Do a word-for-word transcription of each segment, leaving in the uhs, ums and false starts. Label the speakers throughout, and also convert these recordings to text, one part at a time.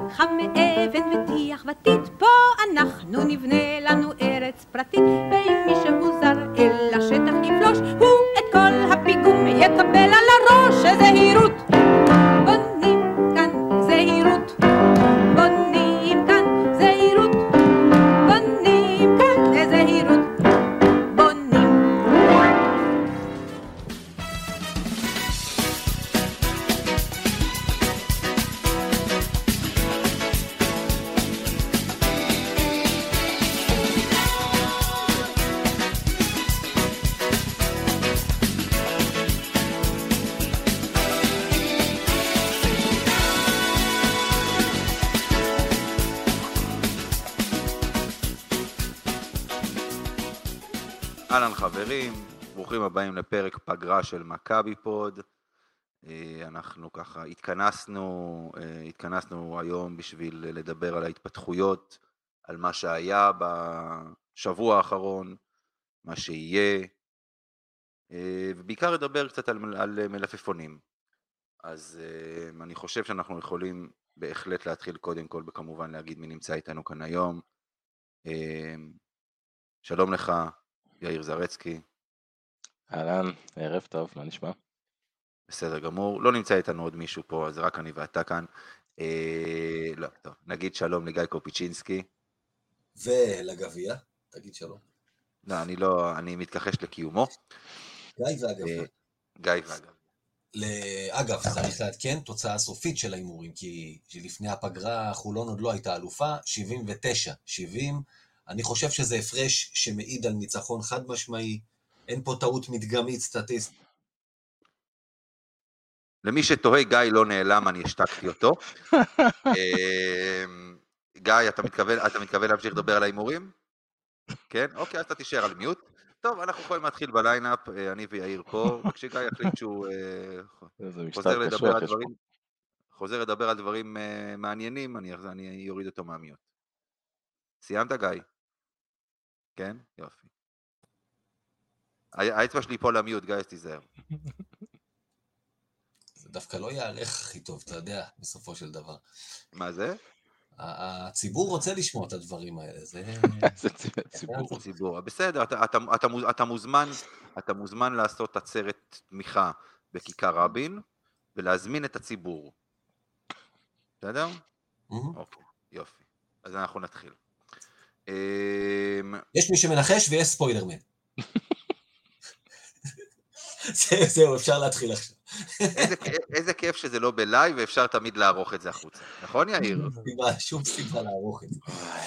Speaker 1: חם מאבן וטיח ותית, פה אנחנו נבנה לנו ארץ פרטית, ואם מישהו זר אל השטח יפלוש, הוא את כל הפיגום יקבל על הראש. זהירות, בונים כאן זהירות, בונים כאן זהירות, בונים כאן זהירות, בונים.
Speaker 2: אהלן חברים, ברוכים הבאים לפרק פגרה של מכבי פוד. אנחנו ככה התכנסנו, התכנסנו היום בשביל לדבר על ההתפתחויות, על מה שהיה בשבוע האחרון, מה שיהיה, ובעיקר לדבר קצת על, על מלפפונים. אז אני חושב שאנחנו יכולים בהחלט להתחיל קודם כל וכמובן להגיד מי נמצא איתנו כאן היום. שלום לך, יאיר זרצקי.
Speaker 3: אהלן, ערב טוב, מה נשמע?
Speaker 2: בסדר גמור, לא נמצא איתנו עוד מישהו פה, אז רק אני ואתה כאן. אה, לא, טוב, נגיד שלום לגיא קופיצ'ינסקי.
Speaker 4: ולגביע, תגיד שלום.
Speaker 2: לא, אני לא, אני מתכחש לקיומו.
Speaker 4: גיא והגביע.
Speaker 2: אה, גיא והגביע.
Speaker 4: אגב, צריך לעדכן תוצאה סופית של האימורים, כי לפני הפגרה חולון עוד לא הייתה אלופה, שבעים ותשע שבעים, אני חושב שזה הפרש שמעיד על ניצחון חד משמעי, אין פה טעות מדגמית סטטיסטית.
Speaker 2: למי שתוהה, גיא לא נעלם, אני השתקתי אותו. גיא, אתה מתכוון, אתה מתכוון להמשיך לדבר על האימורים? כן? אוקיי, אז אתה תישאר על מיוט. טוב, אנחנו יכולים להתחיל בליינאפ, אני ויאיר פה, וכשגיא יחליט שהוא חוזר לדבר על דברים, חוזר לדבר על דברים מעניינים, אני, אני יוריד אותו מהמיוט. סיימת, גיא? כן? יופי. האצבע שלי פה למיוט, גיא, אז תיזהר.
Speaker 4: זה דווקא לא יערך הכי טוב, אתה יודע, בסופו של דבר.
Speaker 2: מה זה?
Speaker 4: הציבור רוצה לשמוע את הדברים האלה, זה...
Speaker 3: זה ציבור.
Speaker 2: ציבור, בסדר, אתה, אתה, אתה, אתה מוזמן, אתה מוזמן לעשות עצרת תמיכה בכיכר רבין, ולהזמין את הציבור. בסדר? אוקיי, יופי. אז אנחנו נתחיל.
Speaker 4: יש מי שמנחש ויש ספוילרמן. זהו, אפשר להתחיל עכשיו.
Speaker 2: איזה כיף שזה לא בלייב, ואפשר תמיד לערוך את זה החוצה. נכון, יאיר?
Speaker 4: שום סיבה לערוך את זה.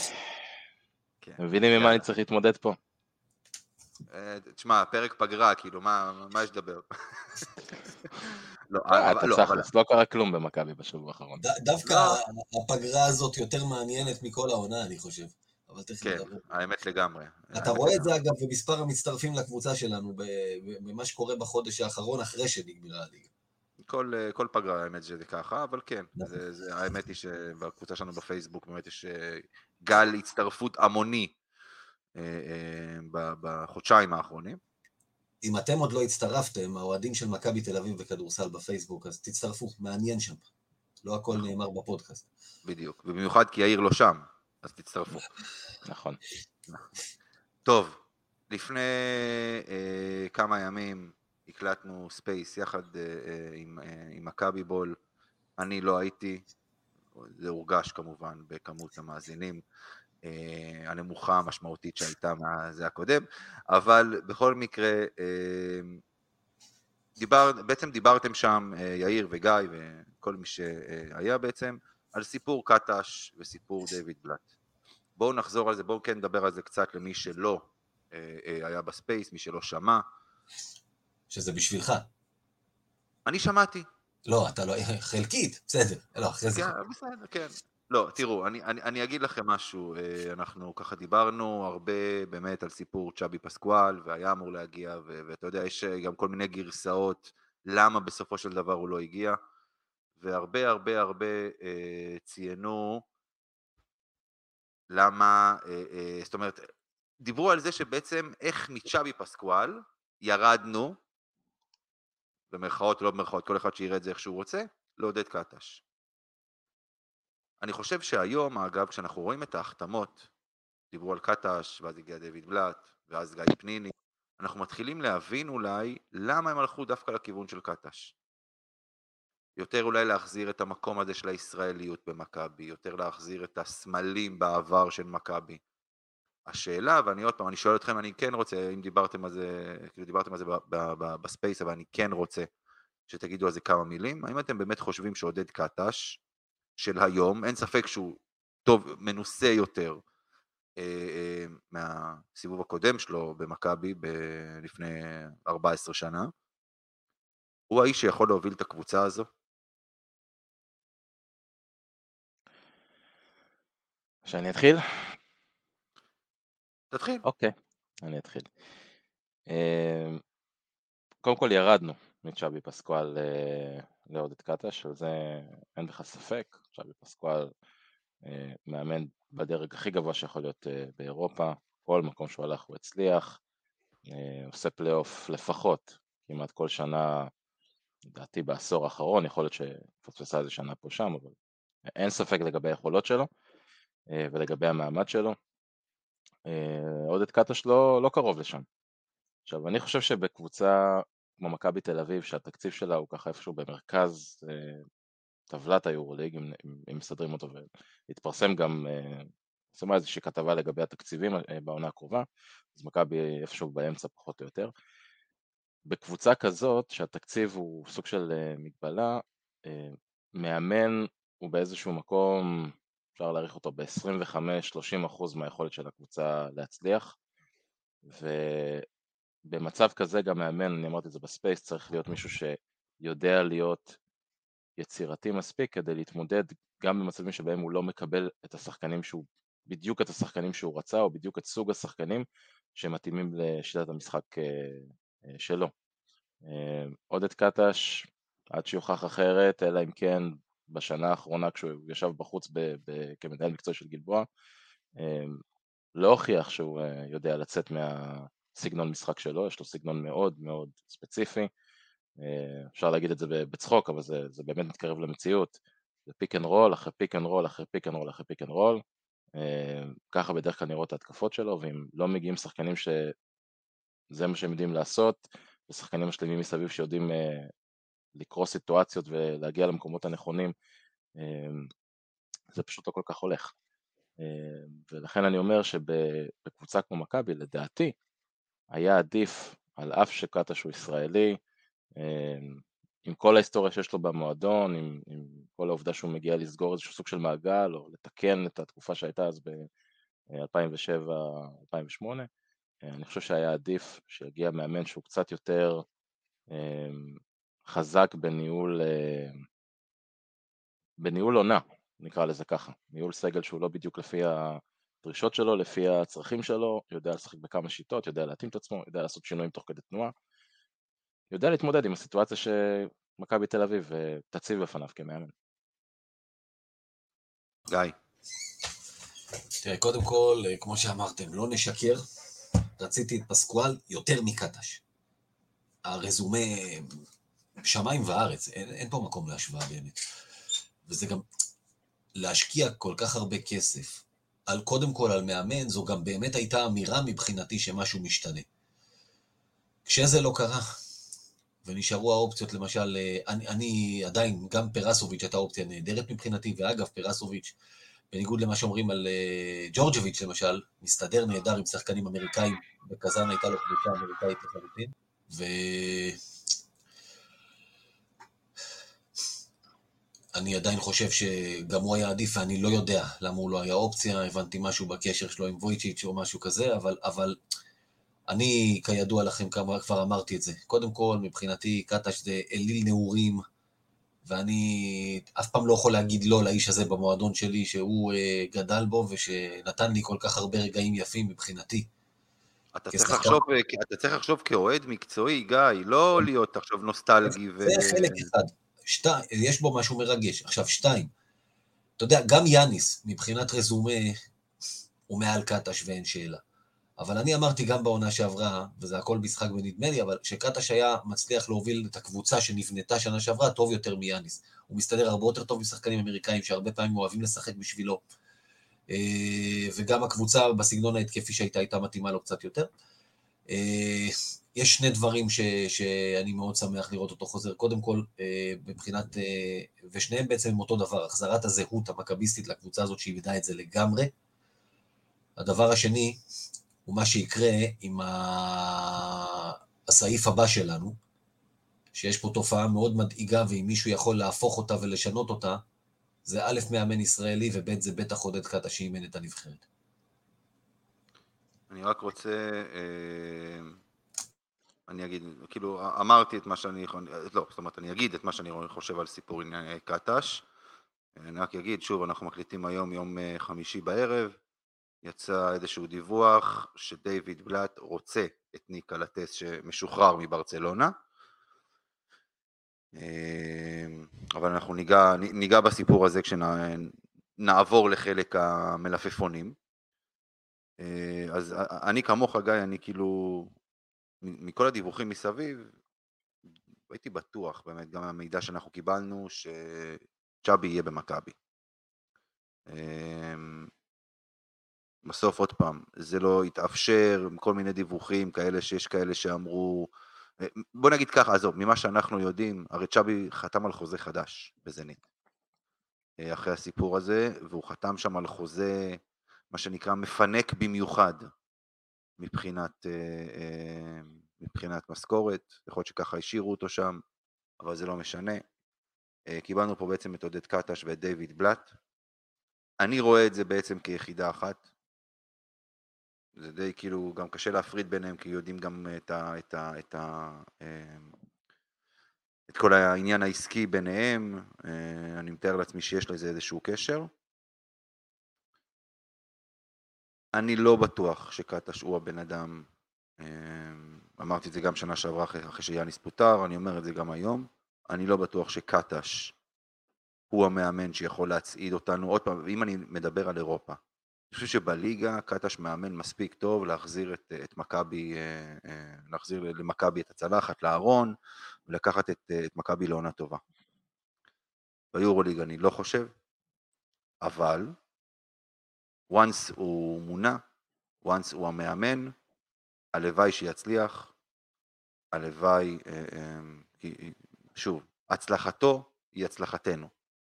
Speaker 3: מבינים ממה אני צריך להתמודד פה?
Speaker 2: תשמע, פרק פגרה, כאילו, מה יש לדבר?
Speaker 3: לא, תצחלס, לא קרה כלום במכבי בשבוע האחרון.
Speaker 4: דווקא הפגרה הזאת יותר מעניינת מכל העונה, אני חושב.
Speaker 2: כן, האמת לגמרי.
Speaker 4: אתה רואה את זה אגב במספר המצטרפים לקבוצה שלנו, במה שקורה בחודש האחרון אחרי שנגמרה הליגה.
Speaker 2: כל פגרה האמת שזה ככה, אבל כן, האמת היא שבקבוצה שלנו בפייסבוק באמת יש גל הצטרפות המוני בחודשיים האחרונים.
Speaker 4: אם אתם עוד לא הצטרפתם, האוהדים של מכבי תל אביב בכדורסל בפייסבוק, אז תצטרפו, מעניין שם. לא הכל נאמר בפודקאסט.
Speaker 2: בדיוק, ובמיוחד כי יאיר לא שם. אז תצטרפו.
Speaker 3: נכון.
Speaker 2: טוב, לפני אה, כמה ימים הקלטנו ספייס יחד אה, עם, אה, עם מכבי בול. אני לא הייתי, זה הורגש כמובן בכמות המאזינים אה, הנמוכה המשמעותית שהייתה מהזה הקודם, אבל בכל מקרה, אה, דיבר, בעצם דיברתם שם אה, יאיר וגיא וכל מי שהיה בעצם, על סיפור קטש וסיפור דיוויד בלאט. בואו נחזור על זה, בואו כן נדבר על זה קצת למי שלא אה, אה, היה בספייס, מי שלא שמע.
Speaker 4: שזה בשבילך.
Speaker 2: אני שמעתי.
Speaker 4: לא, אתה לא, חלקית, בסדר. לא, אחרי זה.
Speaker 2: כן, בסדר, כן. לא, תראו, אני, אני, אני אגיד לכם משהו, אנחנו ככה דיברנו הרבה באמת על סיפור צ'אבי פסקואל, והיה אמור להגיע, ו- ואתה יודע, יש גם כל מיני גרסאות, למה בסופו של דבר הוא לא הגיע, והרבה הרבה הרבה אה, ציינו למה, אה, אה, זאת אומרת, דיברו על זה שבעצם איך מצ'אבי פסקואל ירדנו, במרכאות או לא במרכאות, כל אחד שיראה את זה איך שהוא רוצה, לעודד קטש. אני חושב שהיום, אגב, כשאנחנו רואים את ההחתמות, דיברו על קטש, ואז הגיע דיוויד בלאט, ואז גיא פניני, אנחנו מתחילים להבין אולי למה הם הלכו דווקא לכיוון של קטש. יותר אולי להחזיר את המקום הזה של הישראליות במכבי, יותר להחזיר את הסמלים בעבר של מכבי. השאלה, ואני עוד פעם, אני שואל אתכם, אני כן רוצה, אם דיברתם על זה, כאילו דיברתם על זה בספייס, אבל אני כן רוצה שתגידו על זה כמה מילים, האם אתם באמת חושבים שעודד קטש של היום, אין ספק שהוא טוב, מנוסה יותר אה, אה, מהסיבוב הקודם שלו במכבי לפני ארבע עשרה שנה, הוא האיש שיכול להוביל את הקבוצה הזו?
Speaker 3: שאני אתחיל?
Speaker 2: תתחיל.
Speaker 3: אוקיי, אני אתחיל. קודם כל ירדנו מצ'אבי פסקואל לעודד קטש, על זה אין בכלל ספק. צ'אבי פסקואל מאמן בדרג הכי גבוה שיכול להיות באירופה, כל מקום שהוא הלך הוא הצליח, עושה פלייאוף לפחות כמעט כל שנה, לדעתי בעשור האחרון, יכול להיות שפספסה איזה שנה פה שם, אבל אין ספק לגבי היכולות שלו ולגבי המעמד שלו. עודד קטש לא, לא קרוב לשם. עכשיו, אני חושב שבקבוצה כמו מכבי תל אביב, שהתקציב שלה הוא ככה איפשהו במרכז טבלת היורוליג, אם, אם מסדרים אותו, והתפרסם גם, שמה איזושהי כתבה לגבי התקציבים בעונה הקרובה, אז מכבי איפשהו באמצע פחות או יותר. בקבוצה כזאת, שהתקציב הוא סוג של מגבלה, מאמן הוא באיזשהו מקום, אפשר להעריך אותו ב-עשרים וחמש שלושים אחוז מהיכולת של הקבוצה להצליח, ובמצב כזה גם מאמן, אני אמרתי את זה בספייס, צריך להיות מישהו שיודע להיות יצירתי מספיק כדי להתמודד גם במצבים שבהם הוא לא מקבל את השחקנים שהוא, בדיוק את השחקנים שהוא רצה, או בדיוק את סוג השחקנים שמתאימים לשיטת המשחק שלו. עודד קטש, עד שיוכח אחרת, אלא אם כן בשנה האחרונה כשהוא ישב בחוץ ב- ב- כמנהל מקצועי של גלבוע, לא הוכיח שהוא יודע לצאת מהסגנון משחק שלו, יש לו סגנון מאוד מאוד ספציפי, אפשר להגיד את זה בצחוק, אבל זה, זה באמת מתקרב למציאות, זה פיק אנד רול, אחרי פיק אנד רול, אחרי פיק אנד רול, אחרי פיק אנד רול, ככה בדרך כלל נראות ההתקפות שלו, ואם לא מגיעים שחקנים שזה מה שהם יודעים לעשות, ושחקנים משלימים מסביב שיודעים לקרוא סיטואציות ולהגיע למקומות הנכונים, זה פשוט לא כל כך הולך. ולכן אני אומר שבקבוצה כמו מכבי, לדעתי, היה עדיף על אף שקטש הוא ישראלי, עם כל ההיסטוריה שיש לו במועדון, עם, עם כל העובדה שהוא מגיע לסגור איזשהו סוג של מעגל, או לתקן את התקופה שהייתה אז ב-אלפיים ושבע אלפיים ושמונה, אני חושב שהיה עדיף שיגיע מאמן שהוא קצת יותר חזק בניהול, בניהול עונה, נקרא לזה ככה, ניהול סגל שהוא לא בדיוק לפי הדרישות שלו, לפי הצרכים שלו, יודע לשחק בכמה שיטות, יודע להתאים את עצמו, יודע לעשות שינויים תוך כדי תנועה, יודע להתמודד עם הסיטואציה שמכבי תל אביב תציב בפניו כמאמן.
Speaker 2: גיא.
Speaker 4: תראה, קודם כל, כמו שאמרתם, לא נשקר, רציתי את פסקואל יותר מקטש. הרזומה שמיים וארץ, אין, אין פה מקום להשוואה באמת. וזה גם להשקיע כל כך הרבה כסף, על, קודם כל על מאמן, זו גם באמת הייתה אמירה מבחינתי שמשהו משתנה. כשזה לא קרה, ונשארו האופציות, למשל, אני, אני עדיין, גם פרסוביץ' הייתה אופציה נהדרת מבחינתי, ואגב, פרסוביץ', בניגוד למה שאומרים על uh, ג'ורג'וביץ', למשל, מסתדר נהדר עם שחקנים אמריקאים, בקזן הייתה לו קבוצה אמריקאית לחלוטין, ו... אני עדיין חושב שגם הוא היה עדיף, ואני לא יודע למה הוא לא היה אופציה, הבנתי משהו בקשר שלו עם וויצ'יץ' או משהו כזה, אבל, אבל אני, כידוע לכם, כבר אמרתי את זה. קודם כל, מבחינתי, קטש זה אליל נעורים, ואני אף פעם לא יכול להגיד לא לאיש הזה במועדון שלי, שהוא uh, גדל בו, ושנתן לי כל כך הרבה רגעים יפים מבחינתי.
Speaker 2: אתה צריך לחשוב, אתה צריך לחשוב כאוהד מקצועי, גיא, לא להיות עכשיו נוסטלגי.
Speaker 4: זה חלק אחד. שתיים, יש בו משהו מרגש. עכשיו, שתיים, אתה יודע, גם יאניס, מבחינת רזומה, הוא מעל קטש ואין שאלה. אבל אני אמרתי גם בעונה שעברה, וזה הכל משחק ונדמה לי, אבל שקטש היה מצליח להוביל את הקבוצה שנבנתה שנה שעברה טוב יותר מיאניס. הוא מסתדר הרבה יותר טוב משחקנים אמריקאים, שהרבה פעמים אוהבים לשחק בשבילו. וגם הקבוצה בסגנון ההתקפי שהייתה הייתה מתאימה לו קצת יותר. יש שני דברים ש, שאני מאוד שמח לראות אותו חוזר. קודם כל, מבחינת, ושניהם בעצם עם אותו דבר, החזרת הזהות המכביסטית לקבוצה הזאת שאיבדה את זה לגמרי. הדבר השני, הוא מה שיקרה עם הסעיף הבא שלנו, שיש פה תופעה מאוד מדאיגה, ואם מישהו יכול להפוך אותה ולשנות אותה, זה א' מאמן ישראלי, וב' זה בטח עודד קטש שאימן את הנבחרת.
Speaker 2: אני רק רוצה, אני אגיד, כאילו, אמרתי את מה שאני, לא, זאת אומרת, אני אגיד את מה שאני חושב על סיפור עניין קטש. אני רק אגיד, שוב, אנחנו מקליטים היום יום חמישי בערב, יצא איזשהו דיווח שדייוויד בלאט רוצה את ניק אלטס שמשוחרר מברצלונה, אבל אנחנו ניגע, ניגע בסיפור הזה כשנעבור לחלק המלפפונים. אז אני כמוך גיא, אני כאילו, מכל הדיווחים מסביב, הייתי בטוח באמת, גם המידע שאנחנו קיבלנו, שצ'אבי יהיה במכבי. בסוף עוד פעם, זה לא יתאפשר, כל מיני דיווחים כאלה שיש כאלה שאמרו, בוא נגיד ככה, עזוב, ממה שאנחנו יודעים, הרי צ'אבי חתם על חוזה חדש בזנית, אחרי הסיפור הזה, והוא חתם שם על חוזה, מה שנקרא מפנק במיוחד, מבחינת, מבחינת משכורת, יכול להיות שככה השאירו אותו שם, אבל זה לא משנה. קיבלנו פה בעצם את עודד קטש ואת דיוויד בלאט, אני רואה את זה בעצם כיחידה אחת, זה די כאילו גם קשה להפריד ביניהם, כי יודעים גם את ה, את ה, את ה, את כל העניין העסקי ביניהם, אני מתאר לעצמי שיש לזה איזשהו קשר. אני לא בטוח שקטש הוא הבן אדם, אמרתי את זה גם שנה שעברה אחרי שיאניס פוטר, אני אומר את זה גם היום, אני לא בטוח שקטש הוא המאמן שיכול להצעיד אותנו, עוד פעם, אם אני מדבר על אירופה, אני חושב שבליגה קטש מאמן מספיק טוב להחזיר את, את מכבי, להחזיר למכבי את הצלחת, לארון, ולקחת את, את מכבי לעונה טובה. ביורוליג אני לא חושב, אבל once הוא מונה, once הוא המאמן, הלוואי שיצליח, הלוואי, שוב, הצלחתו היא הצלחתנו.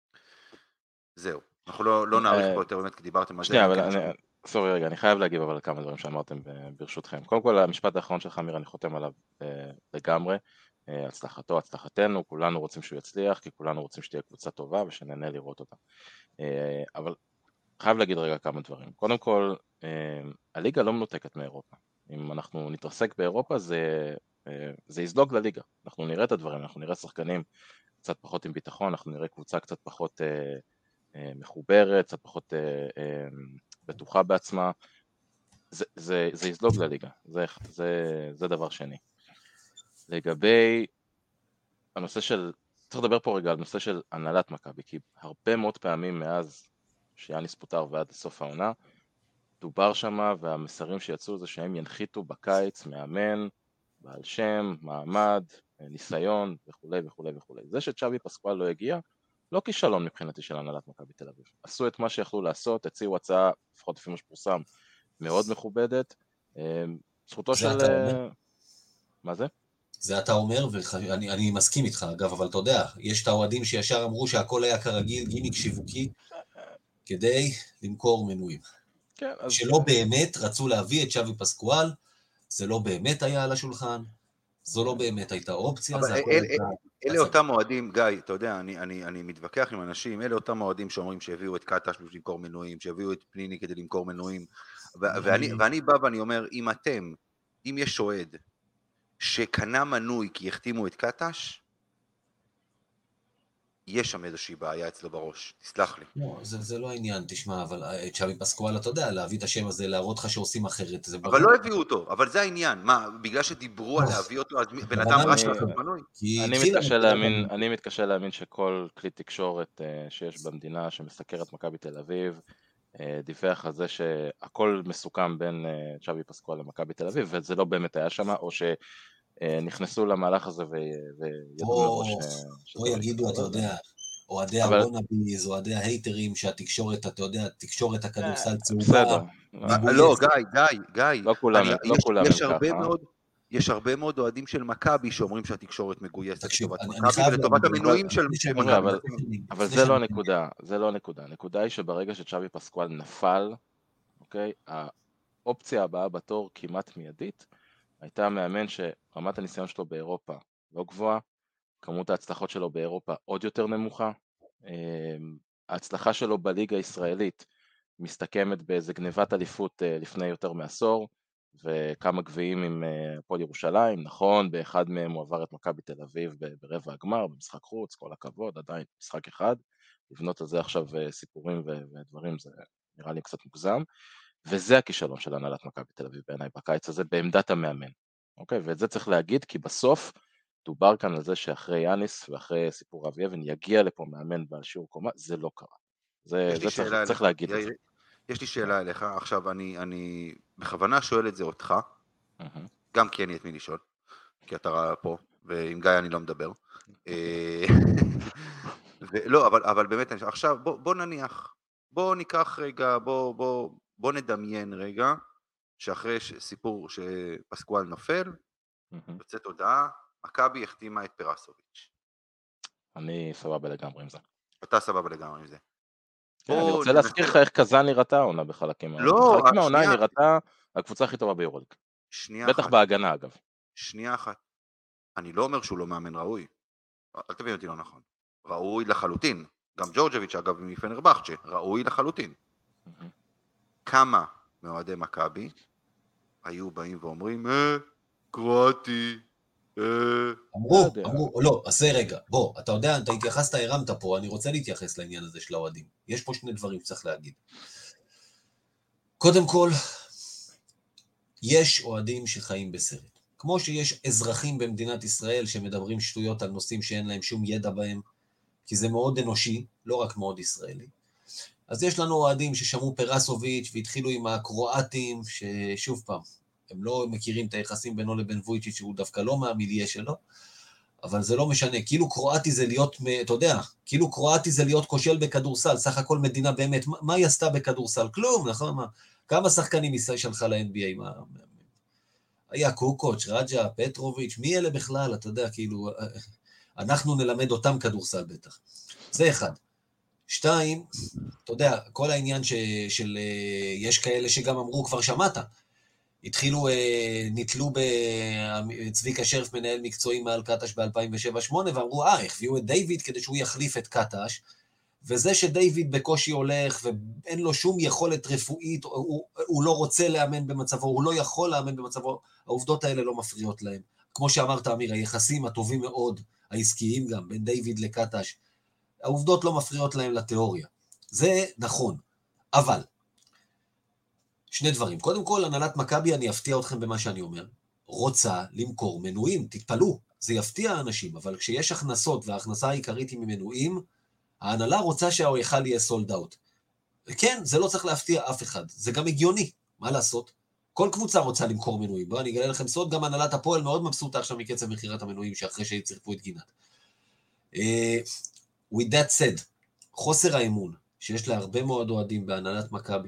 Speaker 2: זהו. אנחנו לא, לא נעריך פה יותר באמת, כי דיברתם על זה.
Speaker 3: שנייה, אבל אני, סורי רגע, אני חייב להגיב אבל כמה דברים שאמרתם ברשותכם. קודם כל, המשפט האחרון שלך, אמיר, אני חותם עליו לגמרי. הצלחתו, הצלחתנו, כולנו רוצים שהוא יצליח, כי כולנו רוצים שתהיה קבוצה טובה ושנהנה לראות אותה. אבל חייב להגיד רגע כמה דברים. קודם כל, הליגה לא מנותקת מאירופה. אם אנחנו נתרסק באירופה, זה, זה יזלוג לליגה. אנחנו נראה את הדברים, אנחנו נראה שחקנים קצת פחות עם ביטחון, אנחנו נראה קבוצה קצת פחות מחוברת, קצת פחות בטוחה בעצמה. זה, זה, זה יזלוג לליגה. זה, זה, זה דבר שני. לגבי הנושא של, צריך לדבר פה רגע על נושא של הנהלת מכבי, כי הרבה מאוד פעמים מאז שיאניס פוטר ועד סוף העונה, דובר שמה, והמסרים שיצאו זה שהם ינחיתו בקיץ מאמן, בעל שם, מעמד, ניסיון וכו' וכו' וכו'. זה שצ'אבי פסקואל לא הגיע, לא כישלון מבחינתי של הנהלת מכבי תל אביב. עשו את מה שיכלו לעשות, הציעו הצעה, לפחות לפי מה שפורסם, מאוד מכובדת. זכותו של... מה זה?
Speaker 4: זה אתה אומר, ואני אני מסכים איתך אגב, אבל אתה יודע, יש את האוהדים שישר אמרו שהכל היה כרגיל, גימיק שיווקי, כדי למכור מנויים.
Speaker 3: כן, אז...
Speaker 4: שלא באמת רצו להביא את צ'אבי פסקואל, זה לא באמת היה על השולחן, זו לא באמת הייתה אופציה.
Speaker 2: אבל אל, אל, אלה אותם מועדים, גיא, אתה יודע, אני, אני, אני מתווכח עם אנשים, אלה אותם מועדים שאומרים שהביאו את קטש בשביל למכור מנויים, שהביאו את פניני כדי למכור מנויים, ו- ואני, ואני בא ואני אומר, אם אתם, אם יש אוהד, שקנה מנוי כי החתימו את קטש, יש שם איזושהי בעיה אצלו בראש, תסלח לי.
Speaker 4: לא, זה, זה לא העניין, תשמע, אבל צ'אבי פסקואל, אתה יודע, להביא את השם הזה, להראות לך שעושים אחרת, זה ברור.
Speaker 2: אבל לא הביאו אותו, אבל זה העניין, מה, בגלל שדיברו על להביא אותו, אז בן אדם רש לכם מנוי?
Speaker 3: אני מתקשה להאמין שכל כלי תקשורת שיש במדינה, שמסקר את מכבי תל אביב, דיווח על זה שהכל מסוכם בין צ'אבי פסקואל למכבי תל אביב, וזה לא באמת היה שם, או שנכנסו למהלך הזה וידעו מראש שזה
Speaker 4: או יגידו, אתה יודע, אוהדי הוונאביז, אוהדי ההייטרים, שהתקשורת, אתה יודע, תקשורת הכדורסל צהובה.
Speaker 2: לא, גיא, גיא, גיא.
Speaker 3: לא כולם הם ככה.
Speaker 2: יש הרבה מאוד אוהדים של מכבי שאומרים שהתקשורת מגויסת לטובת
Speaker 4: אני
Speaker 2: מכבי
Speaker 4: חייב
Speaker 2: ולטובת
Speaker 4: להגיד,
Speaker 2: המינויים של
Speaker 3: אבל-
Speaker 2: מכבי.
Speaker 3: אבל זה לא הנקודה, זה לא הנקודה. הנקודה היא שברגע שצ'אבי פסקואל נפל, אוקיי, האופציה הבאה בתור כמעט מיידית, הייתה מאמן שרמת הניסיון שלו באירופה לא גבוהה, כמות ההצלחות שלו באירופה עוד יותר נמוכה, ההצלחה שלו בליגה הישראלית מסתכמת באיזה גניבת אליפות לפני יותר מעשור, וכמה גביעים עם הפועל ירושלים, נכון, באחד מהם הוא עבר את מכבי תל אביב ברבע הגמר, במשחק חוץ, כל הכבוד, עדיין משחק אחד, לבנות על זה עכשיו סיפורים ודברים, זה נראה לי קצת מוגזם, וזה הכישלון של הנהלת מכבי תל אביב בעיניי בקיץ הזה, בעמדת המאמן, אוקיי, ואת זה צריך להגיד, כי בסוף דובר כאן על זה שאחרי יאניס ואחרי סיפור אבי אבן יגיע לפה מאמן בעל שיעור קומה, זה לא קרה, זה, זה צריך, צריך להגיד את זה.
Speaker 2: יש לי שאלה אליך, עכשיו אני, אני בכוונה שואל את זה אותך, גם כי אני את מי לשאול, כי אתה פה, ועם גיא אני לא מדבר. לא, אבל, אבל באמת, עכשיו בוא, בוא נניח, בוא ניקח רגע, בוא, בוא, בוא נדמיין רגע, שאחרי סיפור שפסקואל נופל, יוצאת הודעה, מכבי החתימה את פרסוביץ'.
Speaker 3: אני סבבה לגמרי עם זה.
Speaker 2: אתה סבבה לגמרי עם זה.
Speaker 3: אני רוצה להזכיר לך איך קזאן נראתה העונה בחלקים העונה.
Speaker 2: לא,
Speaker 3: בחלקים העונה היא נראתה הקבוצה הכי טובה ביורוליג.
Speaker 2: שנייה
Speaker 3: בטח
Speaker 2: אחת.
Speaker 3: בהגנה אגב.
Speaker 2: שנייה אחת. אני לא אומר שהוא לא מאמן ראוי. אל תבין אותי לא נכון. ראוי לחלוטין. גם ג'ורג'ביץ' אגב מפנרבחצ'ה, ראוי לחלוטין. כמה מאוהדי מכבי היו באים ואומרים, אה, קרואטי,
Speaker 4: אמרו, אמרו, לא, אז זה רגע, בוא, אתה יודע, אתה התייחסת, הרמת פה, אני רוצה להתייחס לעניין הזה של האוהדים. יש פה שני דברים שצריך להגיד. קודם כל, יש אוהדים שחיים בסרט. כמו שיש אזרחים במדינת ישראל שמדברים שטויות על נושאים שאין להם שום ידע בהם, כי זה מאוד אנושי, לא רק מאוד ישראלי. אז יש לנו אוהדים ששמעו פרסוביץ' והתחילו עם הקרואטים, ששוב פעם, הם לא מכירים את היחסים בינו לבין וויצ'יץ', שהוא דווקא לא מהמיליה שלו, אבל זה לא משנה, כאילו קרואטי זה להיות, אתה יודע, כאילו קרואטי זה להיות כושל בכדורסל, סך הכל מדינה באמת, מה, מה היא עשתה בכדורסל? כלום, נכון? מה? כמה שחקנים ישראל שלך ל-אן בי איי? מה, היה קוקוץ', רג'ה, פטרוביץ', מי אלה בכלל? אתה יודע, כאילו, אנחנו נלמד אותם כדורסל בטח. זה אחד. שתיים, אתה יודע, כל העניין ש, של, יש כאלה שגם אמרו, כבר שמעת, התחילו, נתלו בצביקה שרף מנהל מקצועי מעל קטש ב-אלפיים ושבע שמונה, ואמרו, אה, החביאו את דיוויד כדי שהוא יחליף את קטש, וזה שדיוויד בקושי הולך, ואין לו שום יכולת רפואית, הוא, הוא לא רוצה לאמן במצבו, הוא לא יכול לאמן במצבו, העובדות האלה לא מפריעות להם. כמו שאמרת, אמיר, היחסים הטובים מאוד, העסקיים גם, בין דיוויד לקטש, העובדות לא מפריעות להם לתיאוריה. זה נכון, אבל שני דברים. קודם כל, הנהלת מכבי, אני אפתיע אתכם במה שאני אומר, רוצה למכור מנויים, תתפלו, זה יפתיע אנשים, אבל כשיש הכנסות, וההכנסה העיקרית היא ממנויים, ההנהלה רוצה שההיכל יהיה סולד אאוט. וכן, זה לא צריך להפתיע אף אחד, זה גם הגיוני, מה לעשות? כל קבוצה רוצה למכור מנויים, בואו אני אגלה לכם סוד, גם הנהלת הפועל מאוד מבסוטה עכשיו מקצב מחירת המנויים, שאחרי שיצרפו את גינת. Uh, with that said, חוסר האמון, שיש לה הרבה מאוד אוהדים בהנהלת מכבי,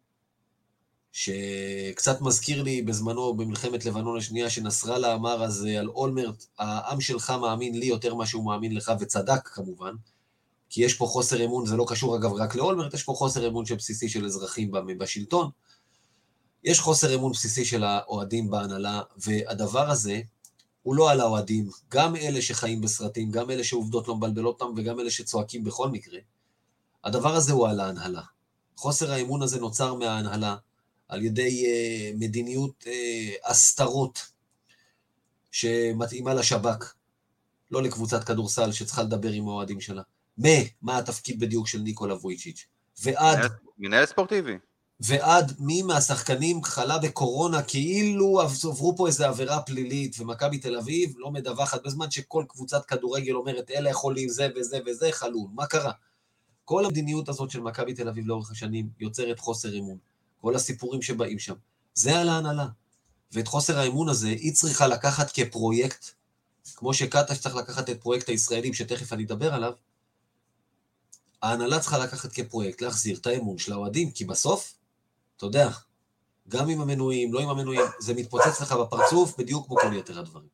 Speaker 4: שקצת מזכיר לי בזמנו במלחמת לבנון השנייה, שנסראללה אמר אז על אולמרט, העם שלך מאמין לי יותר מה שהוא מאמין לך, וצדק כמובן, כי יש פה חוסר אמון, זה לא קשור אגב רק לאולמרט, יש פה חוסר אמון שבסיסי של אזרחים בשלטון, יש חוסר אמון בסיסי של האוהדים בהנהלה, והדבר הזה הוא לא על האוהדים, גם אלה שחיים בסרטים, גם אלה שעובדות לא מבלבלות אותם, וגם אלה שצועקים בכל מקרה, הדבר הזה הוא על ההנהלה. חוסר האמון הזה נוצר מההנהלה, על ידי uh, מדיניות uh, הסתרות שמתאימה לשב"כ, לא לקבוצת כדורסל שצריכה לדבר עם האוהדים שלה. מה? מה התפקיד בדיוק של ניקולה וויצ'יץ'? ועד...
Speaker 2: מנהל ספורטיבי.
Speaker 4: ועד מי מהשחקנים חלה בקורונה, כאילו עברו פה איזו עבירה פלילית, ומכבי תל אביב לא מדווחת, בזמן שכל קבוצת כדורגל אומרת, אלה יכולים זה וזה וזה, חלון. מה קרה? כל המדיניות הזאת של מכבי תל אביב לאורך השנים יוצרת חוסר אמון. כל הסיפורים שבאים שם. זה על ההנהלה. ואת חוסר האמון הזה היא צריכה לקחת כפרויקט, כמו שקטש צריך לקחת את פרויקט הישראלים, שתכף אני אדבר עליו, ההנהלה צריכה לקחת כפרויקט, להחזיר את האמון של האוהדים, כי בסוף, אתה יודע, גם עם המנויים, לא עם המנויים, זה מתפוצץ לך בפרצוף, בדיוק כמו כל יתר הדברים.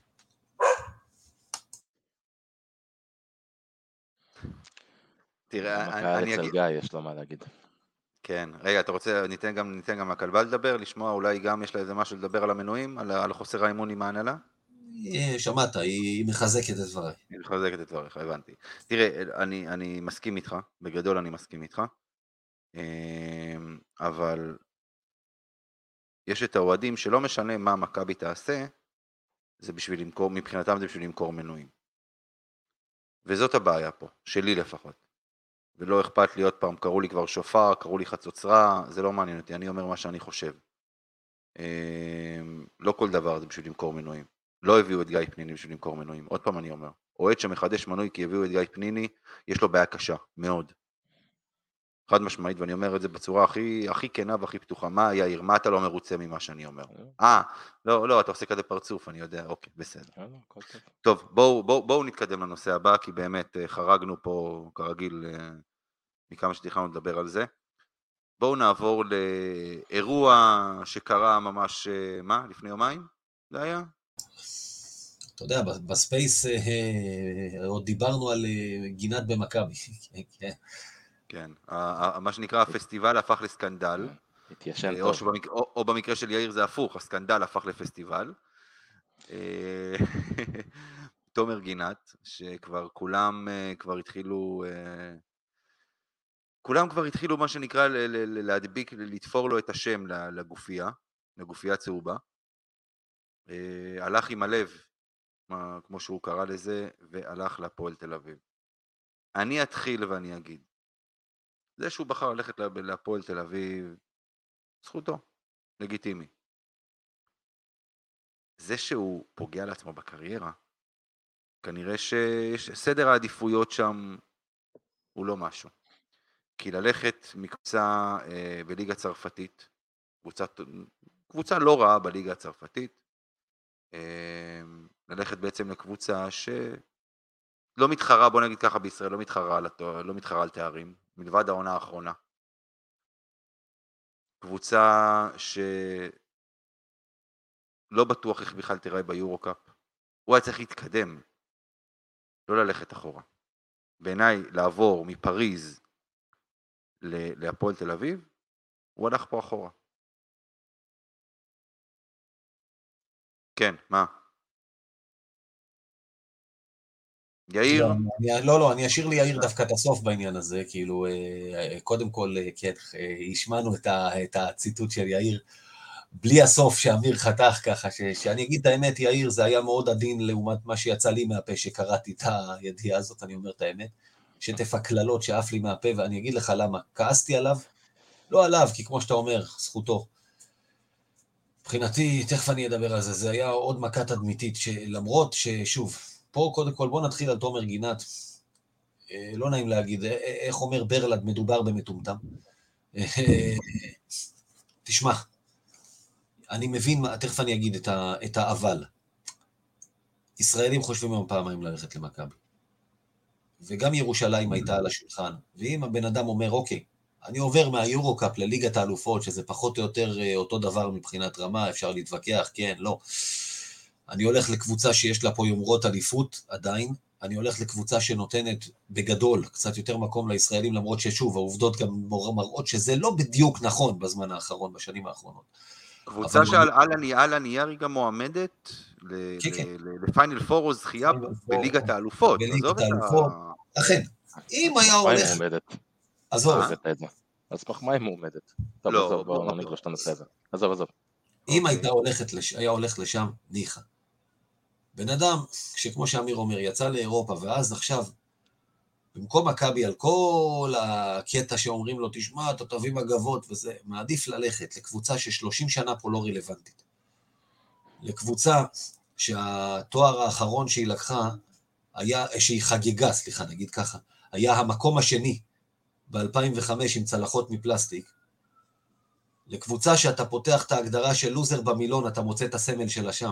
Speaker 2: תראה, אני
Speaker 3: אגיד... גיא, יש לו מה להגיד.
Speaker 2: כן, רגע, אתה רוצה, ניתן גם, ניתן גם הכלבה לדבר, לשמוע, אולי גם יש לה איזה משהו לדבר על המנויים, על, על חוסר האמון עם ההנהלה?
Speaker 4: שמעת, היא מחזקת את דבריי.
Speaker 2: היא מחזקת את דבריך, הבנתי. תראה, אני, אני מסכים איתך, בגדול אני מסכים איתך, אבל יש את האוהדים שלא משנה מה מכבי תעשה, זה בשביל למכור, מבחינתם זה בשביל למכור מנויים. וזאת הבעיה פה, שלי לפחות. ולא אכפת לי עוד פעם, קראו לי כבר שופר, קראו לי חצוצרה, זה לא מעניין אותי, אני אומר מה שאני חושב. לא כל דבר זה בשביל למכור מנויים. לא הביאו את גיא פניני בשביל למכור מנויים. עוד פעם אני אומר, אוהד שמחדש מנוי כי הביאו את גיא פניני, יש לו בעיה קשה, מאוד. חד משמעית, ואני אומר את זה בצורה הכי, הכי כנה והכי פתוחה. מה יאיר, מה אתה לא מרוצה ממה שאני אומר? אה, לא, לא, אתה עושה כזה פרצוף, אני יודע, אוקיי, בסדר. טוב, בואו, בואו, בואו נתקדם לנושא הבא, כי באמת חרגנו פה, כרגיל, מכמה שתכננו לדבר על זה. בואו נעבור לאירוע שקרה ממש, מה, לפני יומיים? זה היה?
Speaker 4: אתה יודע, בספייס עוד דיברנו על גינת במכבי.
Speaker 2: כן, מה שנקרא הפסטיבל הפך לסקנדל, או, שבמק... או, או במקרה של יאיר זה הפוך, הסקנדל הפך לפסטיבל. תומר גינת, שכבר כולם כבר התחילו, כולם כבר התחילו מה שנקרא להדביק, לתפור לו את השם לגופייה, לגופייה צהובה. הלך עם הלב, כמו שהוא קרא לזה, והלך להפועל תל אביב. אני אתחיל ואני אגיד, זה שהוא בחר ללכת להפועל תל אביב, זכותו, לגיטימי. זה שהוא פוגע לעצמו בקריירה, כנראה שסדר העדיפויות שם הוא לא משהו. כי ללכת מקבוצה אה, בליגה צרפתית, קבוצה, קבוצה לא רעה בליגה הצרפתית, אה, ללכת בעצם לקבוצה שלא מתחרה, בוא נגיד ככה בישראל, לא מתחרה על, לא מתחרה על תארים, מלבד העונה האחרונה. קבוצה שלא בטוח איך בכלל תראה ביורוקאפ. הוא היה צריך להתקדם, לא ללכת אחורה. בעיניי לעבור מפריז להפועל תל אביב, הוא הלך פה אחורה. כן, מה? יאיר?
Speaker 4: לא, לא, אני אשאיר לי יאיר דווקא את הסוף בעניין הזה, כאילו, קודם כל, כן, השמענו את הציטוט של יאיר, בלי הסוף שאמיר חתך ככה, שאני אגיד את האמת, יאיר, זה היה מאוד עדין לעומת מה שיצא לי מהפה, שקראתי את הידיעה הזאת, אני אומר את האמת, שטף הכללות שאף לי מהפה, ואני אגיד לך למה, כעסתי עליו, לא עליו, כי כמו שאתה אומר, זכותו. מבחינתי, תכף אני אדבר על זה, זה היה עוד מכה תדמיתית, שלמרות ששוב, פה קודם כל בוא נתחיל על תומר גינת, לא נעים להגיד, איך אומר ברלד, מדובר במטומטם. תשמע, אני מבין, תכף אני אגיד את, ה, את האבל. ישראלים חושבים היום פעמיים ללכת למכבי. וגם ירושלים הייתה על השולחן. ואם הבן אדם אומר, אוקיי, אני עובר מהיורוקאפ לליגת האלופות, שזה פחות או יותר אותו דבר מבחינת רמה, אפשר להתווכח, כן, לא. אני הולך לקבוצה שיש לה פה יומרות אליפות, עדיין. אני הולך לקבוצה שנותנת בגדול קצת יותר מקום לישראלים, למרות ששוב, העובדות גם מראות שזה לא בדיוק נכון בזמן האחרון, בשנים האחרונות.
Speaker 2: קבוצה שעל הנייר היא גם מועמדת לפיינל פור או זכייה בליגת האלופות.
Speaker 4: בליגת האלופות, אכן. אם היה הולך... עזוב.
Speaker 3: אז מה היא מועמדת? טוב, עזוב, בואו נגלוש את הנושא הזה. עזוב, עזוב.
Speaker 4: אם היה הולך לשם, ניחא. בן אדם, שכמו שאמיר אומר, יצא לאירופה, ואז עכשיו, במקום מכבי על כל הקטע שאומרים לו, תשמע, אתה תביא מגבות וזה, מעדיף ללכת לקבוצה ששלושים שנה פה לא רלוונטית. לקבוצה שהתואר האחרון שהיא לקחה, היה, שהיא חגגה, סליחה, נגיד ככה, היה המקום השני ב-אלפיים וחמש עם צלחות מפלסטיק, לקבוצה שאתה פותח את ההגדרה של לוזר במילון, אתה מוצא את הסמל שלה שם.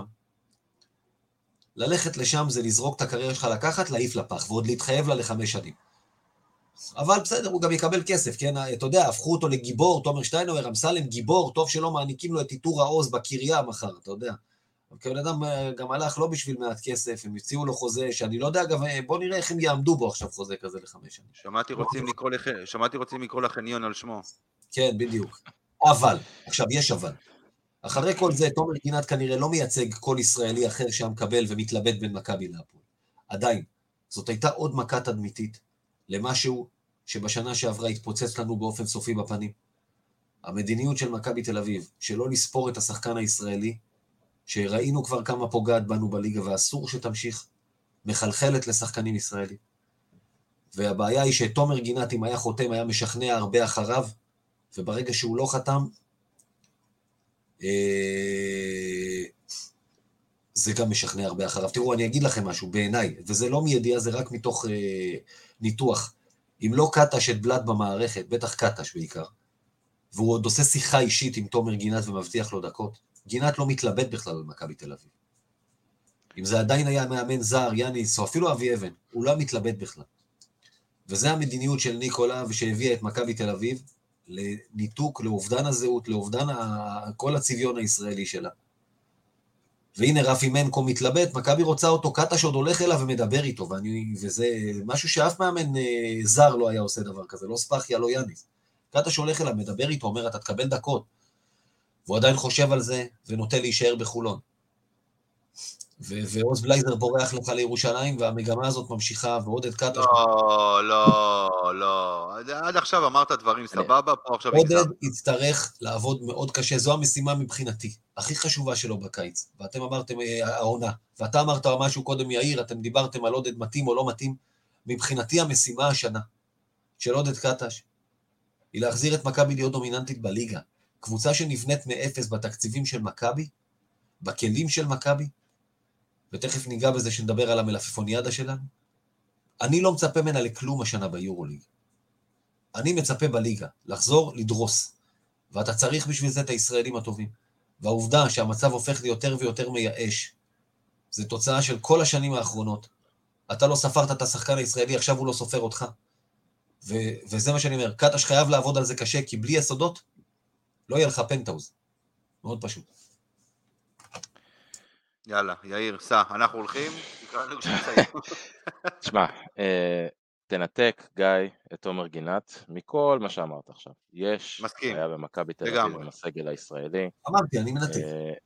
Speaker 4: ללכת לשם זה לזרוק את הקריירה שלך לקחת, להעיף לפח, ועוד להתחייב לה לחמש שנים. אבל בסדר, הוא גם יקבל כסף, כן? אתה יודע, הפכו אותו לגיבור, תומר שטיינאוור, אמסלם גיבור, טוב שלא מעניקים לו את עיטור העוז בקריה מחר, אתה יודע. אבל אדם גם הלך לא בשביל מעט כסף, הם הציעו לו חוזה, שאני לא יודע, אגב, בוא נראה איך הם יעמדו בו עכשיו חוזה כזה לחמש שנים.
Speaker 2: שמעתי רוצים לקרוא, לח... שמעתי רוצים לקרוא לחניון על שמו.
Speaker 4: כן, בדיוק. אבל, עכשיו יש אבל. אחרי כל זה, תומר גינת כנראה לא מייצג כל ישראלי אחר שהמקבל ומתלבט בין מכבי להפועל. עדיין, זאת הייתה עוד מכה תדמיתית למשהו שבשנה שעברה התפוצץ לנו באופן סופי בפנים. המדיניות של מכבי תל אביב, שלא לספור את השחקן הישראלי, שראינו כבר כמה פוגעת בנו בליגה ואסור שתמשיך, מחלחלת לשחקנים ישראלים. והבעיה היא שתומר גינת, אם היה חותם, היה משכנע הרבה אחריו, וברגע שהוא לא חתם, זה גם משכנע הרבה אחריו. תראו, אני אגיד לכם משהו, בעיניי, וזה לא מידיעה, זה רק מתוך אה, ניתוח. אם לא קטש את בלט במערכת, בטח קטש בעיקר, והוא עוד עושה שיחה אישית עם תומר גינת ומבטיח לו דקות, גינת לא מתלבט בכלל על מכבי תל אביב. אם זה עדיין היה מאמן זר, יאניס, או אפילו אבי אבן, הוא לא מתלבט בכלל. וזה המדיניות של ניקולה, ושהביאה את מכבי תל אביב, לניתוק, לאובדן הזהות, לאובדן ה... כל הצביון הישראלי שלה. והנה רפי מנקו מתלבט, מכבי רוצה אותו, קטש עוד הולך אליו ומדבר איתו, ואני, וזה משהו שאף מאמן אה, זר לא היה עושה דבר כזה, לא ספחיה, לא יאניס. קטש הולך אליו, מדבר איתו, אומר, אתה תקבל דקות. והוא עדיין חושב על זה, ונוטה להישאר בחולון. ו- ועוז בלייזר בורח לך לירושלים, והמגמה הזאת ממשיכה, ועוד את קטש...
Speaker 2: לא, לא, לא. עד עכשיו אמרת דברים סבבה, פה עכשיו...
Speaker 4: עודד יצטרך לעבוד מאוד קשה, זו המשימה מבחינתי, הכי חשובה שלו בקיץ. ואתם אמרתם, העונה, ואתה אמרת משהו קודם יאיר, אתם דיברתם על עודד מתאים או לא מתאים, מבחינתי המשימה השנה של עודד קטש, היא להחזיר את מכבי להיות דומיננטית בליגה. קבוצה שנבנית מאפס בתקציבים של מכבי, בכלים של מכבי, ותכף ניגע בזה שנדבר על המלפפוניאדה שלנו. אני לא מצפה ממנה לכלום השנה ביורוליג. אני מצפה בליגה, לחזור, לדרוס. ואתה צריך בשביל זה את הישראלים הטובים. והעובדה שהמצב הופך לי יותר ויותר מייאש, זה תוצאה של כל השנים האחרונות. אתה לא ספרת את השחקן הישראלי, עכשיו הוא לא סופר אותך. ו- וזה מה שאני אומר, קטש חייב לעבוד על זה קשה, כי בלי יסודות, לא יהיה לך פנטאוז. מאוד פשוט.
Speaker 2: יאללה, יאיר, סע, אנחנו הולכים, תקראנו כשנסיים.
Speaker 3: תשמע, תנתק, גיא, את תומר גינת, מכל מה שאמרת עכשיו. יש,
Speaker 2: מסכים,
Speaker 3: היה במכבי תל אביב עם הסגל הישראלי.
Speaker 4: אמרתי, אני מנתק.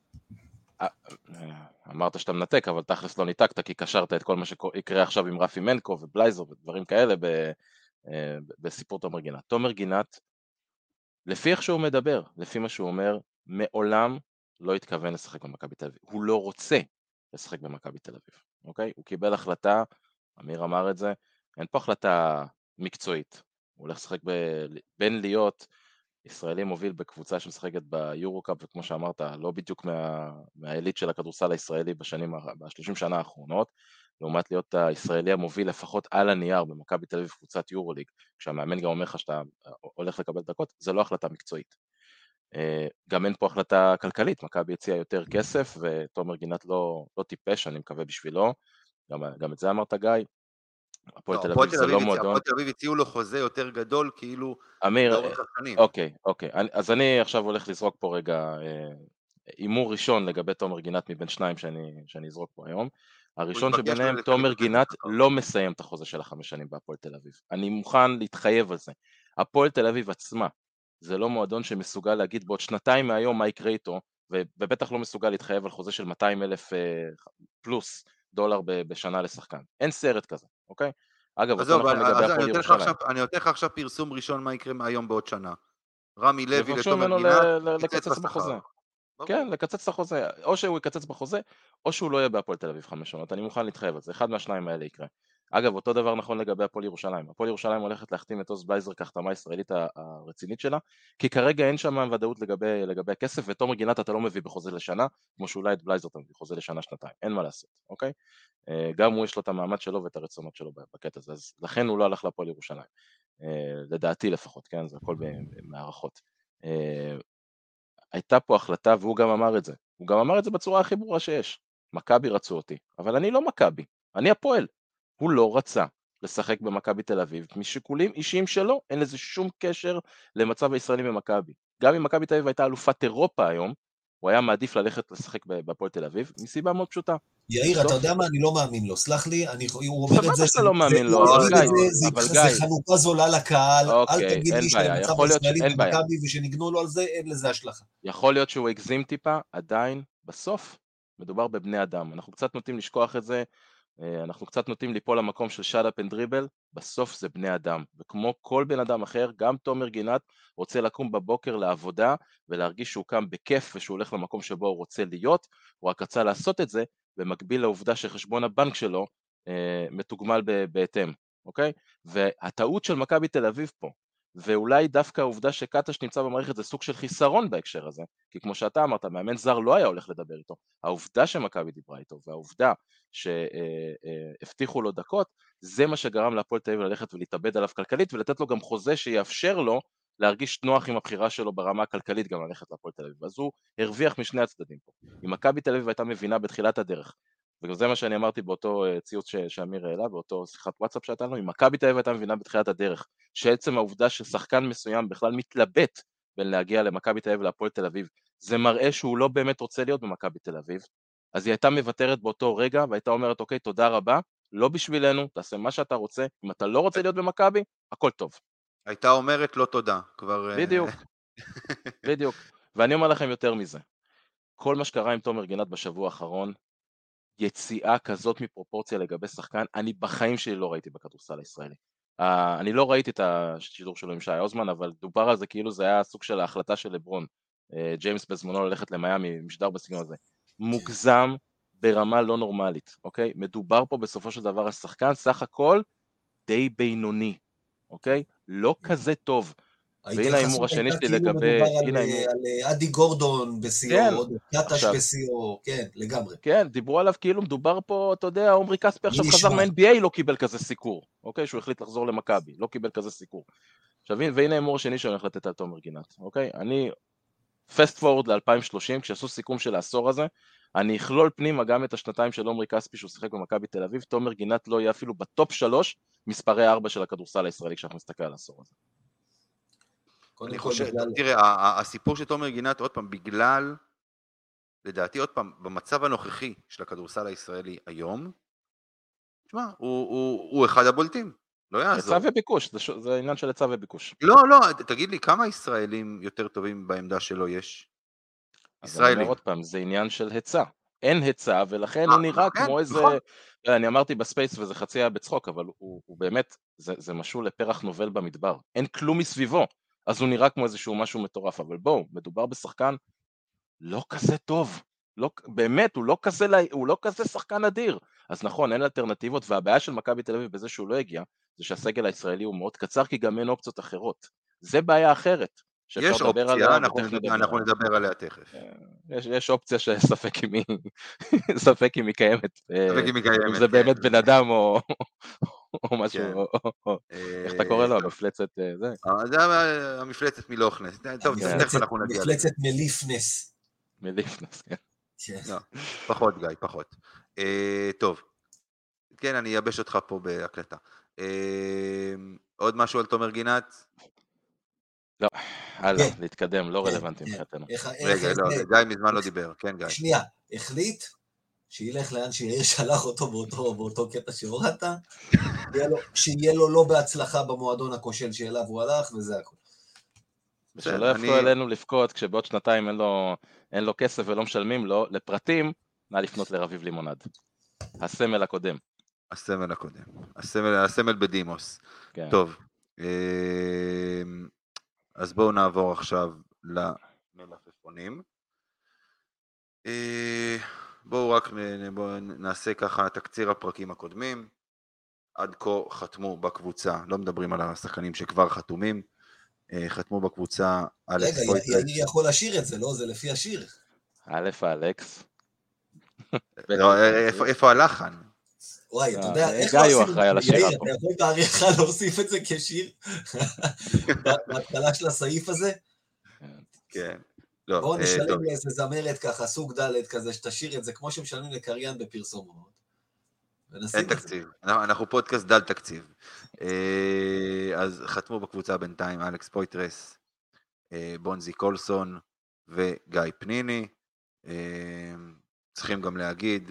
Speaker 3: אמרת שאתה מנתק, אבל תכלס לא ניתקת, כי קשרת את כל מה שיקרה עכשיו עם רפי מנקו ובלייזר ודברים כאלה בסיפור תומר גינת. תומר גינת, לפי איך שהוא מדבר, לפי מה שהוא אומר, מעולם לא התכוון לשחק במכבי תל אביב. הוא לא רוצה לשחק במכבי תל אביב, אוקיי? הוא קיבל החלטה, אמיר אמר את זה, אין פה החלטה מקצועית. הוא הולך לשחק ב... בין להיות ישראלי מוביל בקבוצה שמשחקת ביורו-קאפ, וכמו שאמרת, לא בדיוק מה... מהאליט של הכדורסל הישראלי בשנים, ב-שלושים שנה האחרונות, לעומת להיות הישראלי המוביל לפחות על הנייר במכבי תל אביב קבוצת יורוליג, כשהמאמן גם אומר לך שאתה הולך לקבל דקות, זה לא החלטה מקצועית. גם אין פה החלטה כלכלית, מכבי הציעה יותר כסף, ותומר גינת לא, לא טיפש, אני מקווה בשבילו, גם, גם את זה אמרת גיא, הפועל תל אביב זה לא מועדון.
Speaker 2: הפועל תל אביב הציעו לו חוזה יותר גדול, כאילו
Speaker 3: לאורך השנים. אוקיי, אוקיי, אז אני עכשיו הולך לזרוק פה רגע, אימור ראשון לגבי תומר גינת מבין שניים שאני, שאני אזרוק פה היום, הראשון שביניהם, תומר גינת לא מסיים את החוזה של החמש שנים בהפועל תל אביב, אני מוכן להתחייב על זה, הפועל תל אביב עצמה, זה לא מועדון שמסוגל להגיד בעוד שנתיים מהיום מה יקרה איתו, ובטח לא מסוגל להתחייב על חוזה של מאתיים אלף פלוס דולר בשנה לשחקן. אין סרט כזה, אוקיי? אגב, אותו נכון לגבי הפועל ירושלים.
Speaker 2: אני נותן לך עכשיו פרסום ראשון מה יקרה מהיום בעוד שנה. רמי לוי
Speaker 3: לתומר גינת, לקצץ בחוזה. כן, לקצץ את החוזה. או שהוא יקצץ בחוזה, או שהוא לא יהיה בהפועל תל אביב חמש שנות. אני מוכן להתחייב על זה. אחד מהשניים האלה יקרה. אגב, אותו דבר נכון לגבי הפועל ירושלים. הפועל ירושלים הולכת להחתים את עוז בלייזר כהחתמה הישראלית הרצינית שלה, כי כרגע אין שם ודאות לגבי, לגבי הכסף, ותומר גינת אתה לא מביא בחוזה לשנה, כמו שאולי את בלייזר אתה מביא בחוזה לשנה שנתיים. אין מה לעשות, אוקיי? גם הוא יש לו את המעמד שלו ואת הרצונות שלו בקטע הזה, אז לכן הוא לא הלך להפועל ירושלים. לדעתי לפחות, כן, זה הכל במערכות. הייתה פה החלטה, והוא גם אמר את זה, הוא גם אמר את זה בצורה הכי ברורה שיש, מכבי רצו אותי, אבל אני לא מכבי, אני הפועל, הוא לא רצה לשחק במכבי תל אביב, משיקולים אישיים שלו, אין לזה שום קשר למצב הישראלי במכבי, גם אם מכבי תל אביב הייתה אלופת אירופה היום, הוא היה מעדיף ללכת לשחק בהפועל תל אביב, מסיבה מאוד פשוטה.
Speaker 4: יאיר, אתה יודע מה? אני לא מאמין לו, סלח לי, הוא אומר את זה,
Speaker 3: שאתה לא מאמין לו,
Speaker 4: זה חנופה זולה לקהל, אל תגיד לי שהמצב הישראלי במכבי ושנגנו לו על זה, אין לזה השלכה.
Speaker 3: יכול להיות שהוא הגזים טיפה, עדיין, בסוף, מדובר בבני אדם, אנחנו קצת נוטים לשכוח את זה, אנחנו קצת נוטים ליפול למקום של shut up and dribble, בסוף זה בני אדם, וכמו כל בן אדם אחר, גם תומר גינת רוצה לקום בבוקר לעבודה, ולהרגיש שהוא קם בכיף, ושהוא הולך למקום שבו הוא רוצה להיות, הוא רק רצה לעשות את זה, במקביל לעובדה שחשבון הבנק שלו, אה, מתוגמל בהתאם, אוקיי? והטעות של מכבי תל אביב פה, ואולי דווקא העובדה שקטש נמצא במערכת זה סוג של חיסרון בהקשר הזה, כי כמו שאתה אמרת, מאמן זר לא היה הולך לדבר איתו, העובדה שמכבי דיברה איתו, והעובדה שהבטיחו לו דקות, זה מה שגרם להפועל תל אביב ללכת ולהתאבד עליו כלכלית, ולתת לו גם חוזה שיאפשר לו להרגיש נוח עם הבחירה שלו ברמה הכלכלית גם ללכת להפועל תל אביב, אז הוא הרוויח משני הצדדים פה. אם מכבי תל אביב הייתה מבינה בתחילת הדרך, וזה מה שאני אמרתי באותו ציוץ שאמיר העלה, באותו שיחת וואטסאפ שהייתה לנו, אם מכבי תל אביב הייתה מבינה בתחילת הדרך, שעצם העובדה ששחקן מסוים בכלל מתלבט בין להגיע למכבי תל אביב להפועל תל אביב, זה מראה שהוא לא באמת רוצה להיות במכבי תל אביב, אז היא הייתה מוותרת באותו רגע, והייתה אומרת, אוקיי, תודה רבה, לא בשבילנו, תעשה מה שאתה רוצה, אם אתה לא רוצה להיות במכבי, הכל טוב.
Speaker 2: הייתה אומרת לא תודה, כבר...
Speaker 3: בדיוק, בדיוק, ואני אומר לכם יותר מזה, כל מה שקרה עם תומר גינת בשבוע האחרון, יציאה כזאת מפרופורציה לגבי שחקן, אני בחיים שלי לא ראיתי בכדורסל הישראלי. Uh, אני לא ראיתי את השידור שלו עם שי אוזמן, אבל דובר על זה כאילו זה היה סוג של ההחלטה של לברון, uh, ג'יימס בזמנו ללכת למיימי, משדר בסגנון הזה. מוגזם ברמה לא נורמלית, אוקיי? מדובר פה בסופו של דבר השחקן, סך הכל די בינוני, אוקיי? לא כזה טוב. והנה האימור השני שלי לגבי...
Speaker 4: מדובר על אדי גורדון בסיור, קטש בסיור, כן, לגמרי.
Speaker 3: כן, דיברו עליו כאילו מדובר פה, אתה יודע, עומרי כספי עכשיו חזר מה-אן בי איי, לא קיבל כזה סיקור, אוקיי? שהוא החליט לחזור למכבי, לא קיבל כזה סיקור. עכשיו, והנה האימור השני שאני הולך לתת על תומר גינת, אוקיי? אני, פסט פורוד ל-אלפיים ושלושים, כשעשו סיכום של העשור הזה, אני אכלול פנימה גם את השנתיים של עומרי כספי שהוא שיחק במכבי תל אביב, תומר גינת לא יהיה אפילו בטופ שלוש, מספרי ארבע של הכדורסל הישראלי כשאנחנו מסתכל על העשור הזה.
Speaker 2: אני חושב, תראה, הסיפור של תומר גינת, עוד פעם, בגלל, לדעתי, עוד פעם, במצב הנוכחי של הכדורסל הישראלי היום, תשמע, הוא אחד הבולטים, לא יעזור.
Speaker 3: היצע וביקוש, זה עניין של היצע וביקוש.
Speaker 2: לא, לא, תגיד לי, כמה ישראלים יותר טובים בעמדה שלו יש?
Speaker 3: ישראלים. אני אומר עוד פעם, זה עניין של היצע. אין היצע, ולכן הוא נראה כמו איזה... אני אמרתי בספייס וזה חצי היה בצחוק, אבל הוא באמת, זה משהו לפרח נובל במדבר. אין כלום מסביבו. אז הוא נראה כמו איזשהו משהו מטורף, אבל בואו, מדובר בשחקן לא כזה טוב, לא, באמת, הוא לא כזה, הוא לא כזה שחקן אדיר, אז נכון, אין אלטרנטיבות, והבעיה של מכבי תל אביב בזה שהוא לא הגיע, זה שהסגל הישראלי הוא מאוד קצר, כי גם אין אופציות אחרות, זה בעיה אחרת,
Speaker 2: יש אופציה, עליה, אנחנו, נדבר, אנחנו נדבר עליה תכף.
Speaker 3: יש, יש אופציה שספק אם היא, ספק אם היא קיימת,
Speaker 2: ספק אם היא קיימת,
Speaker 3: אם זה באמת בן אדם או... או משהו, איך אתה קורא לו, המפלצת, זה?
Speaker 2: זה המפלצת מלוכנס, טוב, תכף אנחנו נגיע.
Speaker 4: מפלצת מליפנס.
Speaker 3: מליפנס, כן.
Speaker 2: פחות גיא, פחות. טוב, כן, אני אייבש אותך פה בהקלטה. עוד משהו על תומר גינת?
Speaker 3: לא, הלאה, להתקדם, לא רלוונטי מבחינתנו.
Speaker 2: רגע, לא, גיא מזמן לא דיבר, כן גיא.
Speaker 4: שנייה, החליט שילך לאן שיאיר שלח אותו באותו, באותו קטע שהורדת, שיהיה לו לא בהצלחה במועדון הכושל שאליו הוא הלך, וזה הכל.
Speaker 3: שלא יפתו אלינו לפקוד, כשבעוד שנתיים אין לו, אין לו כסף ולא משלמים לו, לפרטים, נא לפנות לרביב לימונד. הסמל הקודם.
Speaker 2: הסמל הקודם. הסמל, הסמל בדימוס. כן. טוב. אז בואו נעבור עכשיו למלפפונים. בואו רק בואו נעשה ככה תקציר הפרקים הקודמים. עד כה חתמו בקבוצה, לא מדברים על השחקנים שכבר חתומים, חתמו בקבוצה אלכס פויטרץ'.
Speaker 4: רגע, אני יכול לשיר את זה, לא? זה לפי השיר.
Speaker 3: א' אלכס.
Speaker 2: איפה הלחן?
Speaker 4: וואי, אתה
Speaker 3: אה,
Speaker 4: יודע, איך
Speaker 3: גיא
Speaker 4: לא
Speaker 3: הוא
Speaker 4: עשינו את
Speaker 3: אחראי על
Speaker 4: זה? יאיר,
Speaker 3: השירה
Speaker 4: אתה
Speaker 3: פה.
Speaker 4: יכול בעריכה להוסיף את זה כשיר בהתחלה של הסעיף הזה?
Speaker 2: כן. לא,
Speaker 4: בואו
Speaker 2: אה,
Speaker 4: נשלם
Speaker 2: טוב.
Speaker 4: לאיזה זמרת ככה, סוג ד' כזה, שתשאיר את זה, כמו שמשלמים לקריין בפרסומות.
Speaker 2: אין
Speaker 4: ונשים את זה.
Speaker 2: תקציב, אנחנו אנחנו פודקאסט דל תקציב. אה, אז חתמו בקבוצה בינתיים אלכס פויטרס, אה, בונזי קולסון וגיא פניני. אה, צריכים גם להגיד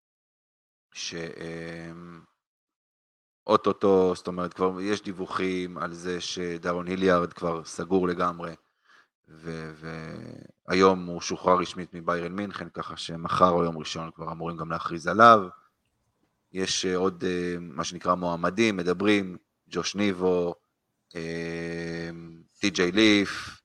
Speaker 2: שאוטוטו, זאת אומרת, כבר יש דיווחים על זה שדרון היליארד כבר סגור לגמרי, והיום הוא שוחרר רשמית מביירן מינכן, ככה שמחר או יום ראשון כבר אמורים גם להכריז עליו. יש עוד מה שנקרא מועמדים, מדברים, ג'וש ניבו, טי.ג'יי ליף,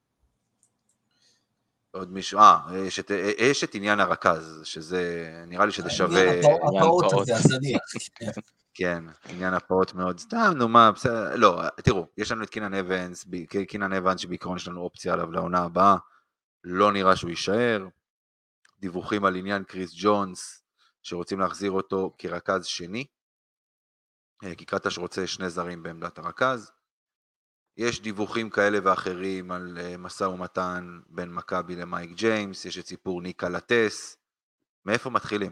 Speaker 2: עוד מישהו, אה, יש את, יש את עניין הרכז, שזה, נראה לי שזה שווה...
Speaker 4: עניין הפעות הזה, הזניח.
Speaker 2: כן, עניין הפעות מאוד, סתם, נו מה, בסדר, לא, תראו, יש לנו את קינן אבנס, קינן אבנס שבעיקרון יש לנו אופציה עליו לעונה הבאה, לא נראה שהוא יישאר, דיווחים על עניין קריס ג'ונס, שרוצים להחזיר אותו כרכז שני, כי קטש רוצה שני זרים בעמדת הרכז, יש דיווחים כאלה ואחרים על משא ומתן בין מכבי למייק ג'יימס, יש את סיפור ניקה לטס, מאיפה מתחילים?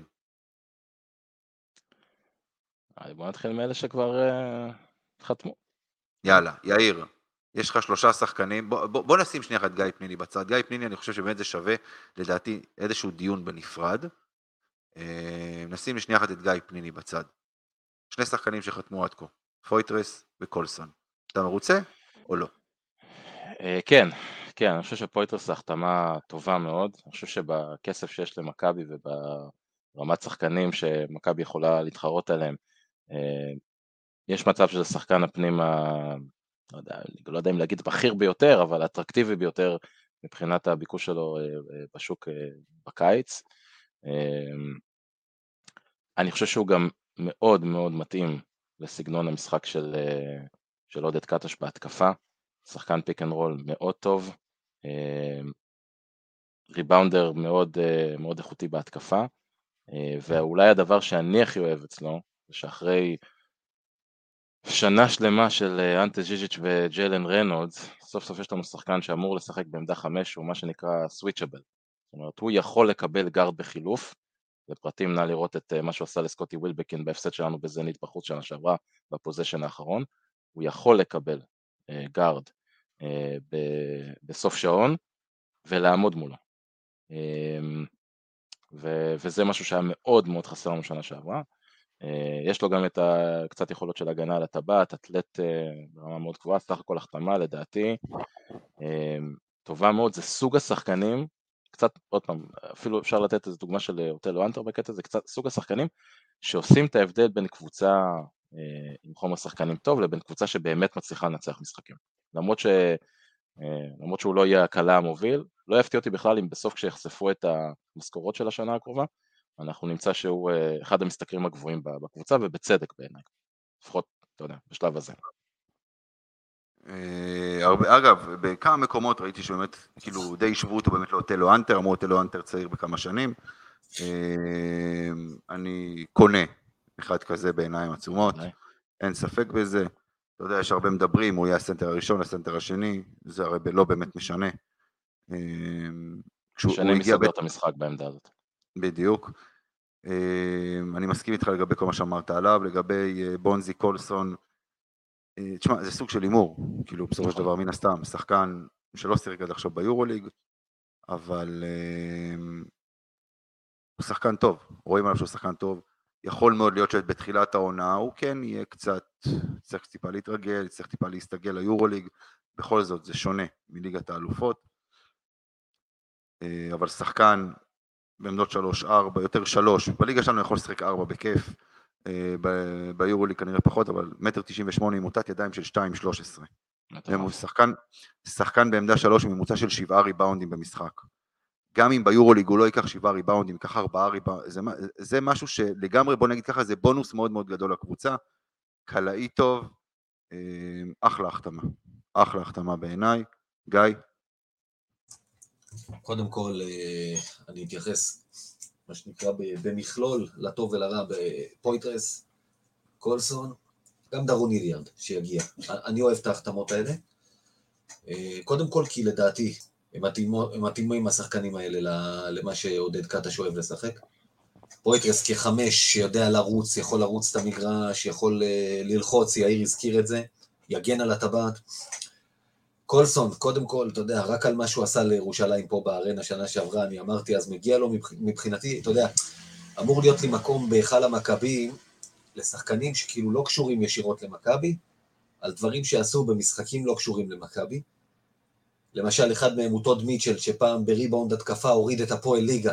Speaker 3: בוא נתחיל מאלה שכבר uh, חתמו.
Speaker 2: יאללה, יאיר, יש לך שלושה שחקנים, בוא, בוא, בוא נשים שנייה אחת גיא פניני בצד, גיא פניני אני חושב שבאמת זה שווה, לדעתי, איזשהו דיון בנפרד, נשים שנייה אחת את גיא פניני בצד, שני שחקנים שחתמו עד כה, פויטרס וקולסון, אתה מרוצה או לא?
Speaker 3: כן, כן, אני חושב שפויטרס החתמה טובה מאוד, אני חושב שבכסף שיש למכבי וברמת שחקנים שמכבי יכולה להתחרות עליהם, יש מצב שזה שחקן הפנים, לא יודע, לא יודע אם להגיד בכיר ביותר, אבל אטרקטיבי ביותר מבחינת הביקוש שלו בשוק בקיץ. אני חושב שהוא גם מאוד מאוד מתאים לסגנון המשחק של, של עודד קטש בהתקפה, שחקן פיק אנד רול מאוד טוב, ריבאונדר מאוד, מאוד איכותי בהתקפה, ואולי הדבר שאני הכי אוהב אצלו, זה שאחרי שנה שלמה של אנטה ז'יז'יץ' וג'לן רנודס, סוף סוף יש לנו שחקן שאמור לשחק בעמדה חמש, הוא מה שנקרא סוויצ'בל, זאת אומרת הוא יכול לקבל גארד בחילוף, לפרטים נא לראות את מה שהוא עשה לסקוטי ווילבקין בהפסד שלנו בזנית בחוץ שנה שעברה, בפוזיישן האחרון, הוא יכול לקבל גארד בסוף שעון ולעמוד מולו, וזה משהו שהיה מאוד מאוד חסר לנו שנה שעברה. יש לו גם את קצת יכולות של הגנה על הטבעת, אתלט ברמה מאוד גבוהה, סך הכל החתמה לדעתי טובה מאוד, זה סוג השחקנים, קצת עוד פעם, אפילו אפשר לתת איזו דוגמה של אוטלו אנטר בקטע, זה קצת סוג השחקנים שעושים את ההבדל בין קבוצה עם חומר שחקנים טוב לבין קבוצה שבאמת מצליחה לנצח משחקים, למרות ש... למרות שהוא לא יהיה הקלה המוביל, לא יפתיע אותי בכלל אם בסוף כשיחשפו את המשכורות של השנה הקרובה, אנחנו נמצא שהוא אחד המשתכרים הגבוהים בקבוצה, ובצדק בעיניי, לפחות, אתה יודע, בשלב הזה.
Speaker 2: אגב, בכמה מקומות ראיתי שבאמת, כאילו, די שבו אותו באמת לאוטלו אנטר, אמרו אוטלו אנטר צעיר בכמה שנים, אני קונה אחד כזה בעיניים עצומות, אין ספק בזה, אתה יודע, יש הרבה מדברים, הוא יהיה הסנטר הראשון, הסנטר השני, זה הרי לא באמת משנה.
Speaker 3: משנה מסדר את המשחק בעמדה הזאת.
Speaker 2: בדיוק. אני מסכים איתך לגבי כל מה שאמרת עליו, לגבי בונזי קולסון, תשמע, זה סוג של אימור, כאילו בסופו של דבר מן הסתם, שחקן שלא שיחק עד עכשיו ביורוליג, אבל הוא שחקן טוב, רואים עליו שהוא שחקן טוב, יכול מאוד להיות שבתחילת העונה הוא כן יהיה קצת, צריך טיפה להתרגל, צריך טיפה להסתגל ליורוליג, בכל זאת זה שונה מליגת האלופות, אבל שחקן בעמדות שלוש ארבע, יותר שלוש, בליגה שלנו יכול לשחק ארבע בכיף, ביורוליג כנראה פחות, אבל מטר תשעים ושמונה עם מוטת ידיים של שתיים שלוש עשרה. הוא שחקן, שחקן בעמדה שלוש ממוצע של שבעה ריבאונדים במשחק. גם אם ביורוליג הוא לא ייקח שבעה ריבאונדים, ייקח ארבעה ריבאונדים, זה, זה משהו שלגמרי, בוא נגיד ככה, זה בונוס מאוד מאוד גדול לקבוצה, קלעי טוב, אחלה החתמה, אחלה החתמה בעיניי. גיא?
Speaker 4: קודם כל, אני אתייחס, מה שנקרא, במכלול, לטוב ולרע בפויטרס, קולסון, גם דרון היליארד שיגיע. אני אוהב את ההחתמות האלה. קודם כל כי לדעתי, הם מתאימים עם השחקנים האלה למה שעודד קטש אוהב לשחק. פויטרס כחמש שיודע לרוץ, יכול לרוץ את המגרש, יכול ללחוץ, יאיר הזכיר את זה, יגן על הטבעת. קולסון, קודם כל, אתה יודע, רק על מה שהוא עשה לירושלים פה בארנה שנה שעברה, אני אמרתי, אז מגיע לו מבחינתי, אתה יודע, אמור להיות לי מקום בהיכל המכבים, לשחקנים שכאילו לא קשורים ישירות למכבי, על דברים שעשו במשחקים לא קשורים למכבי. למשל, אחד מהם הוא טוד מיטשל, שפעם בריבאונד התקפה הוריד את הפועל ליגה,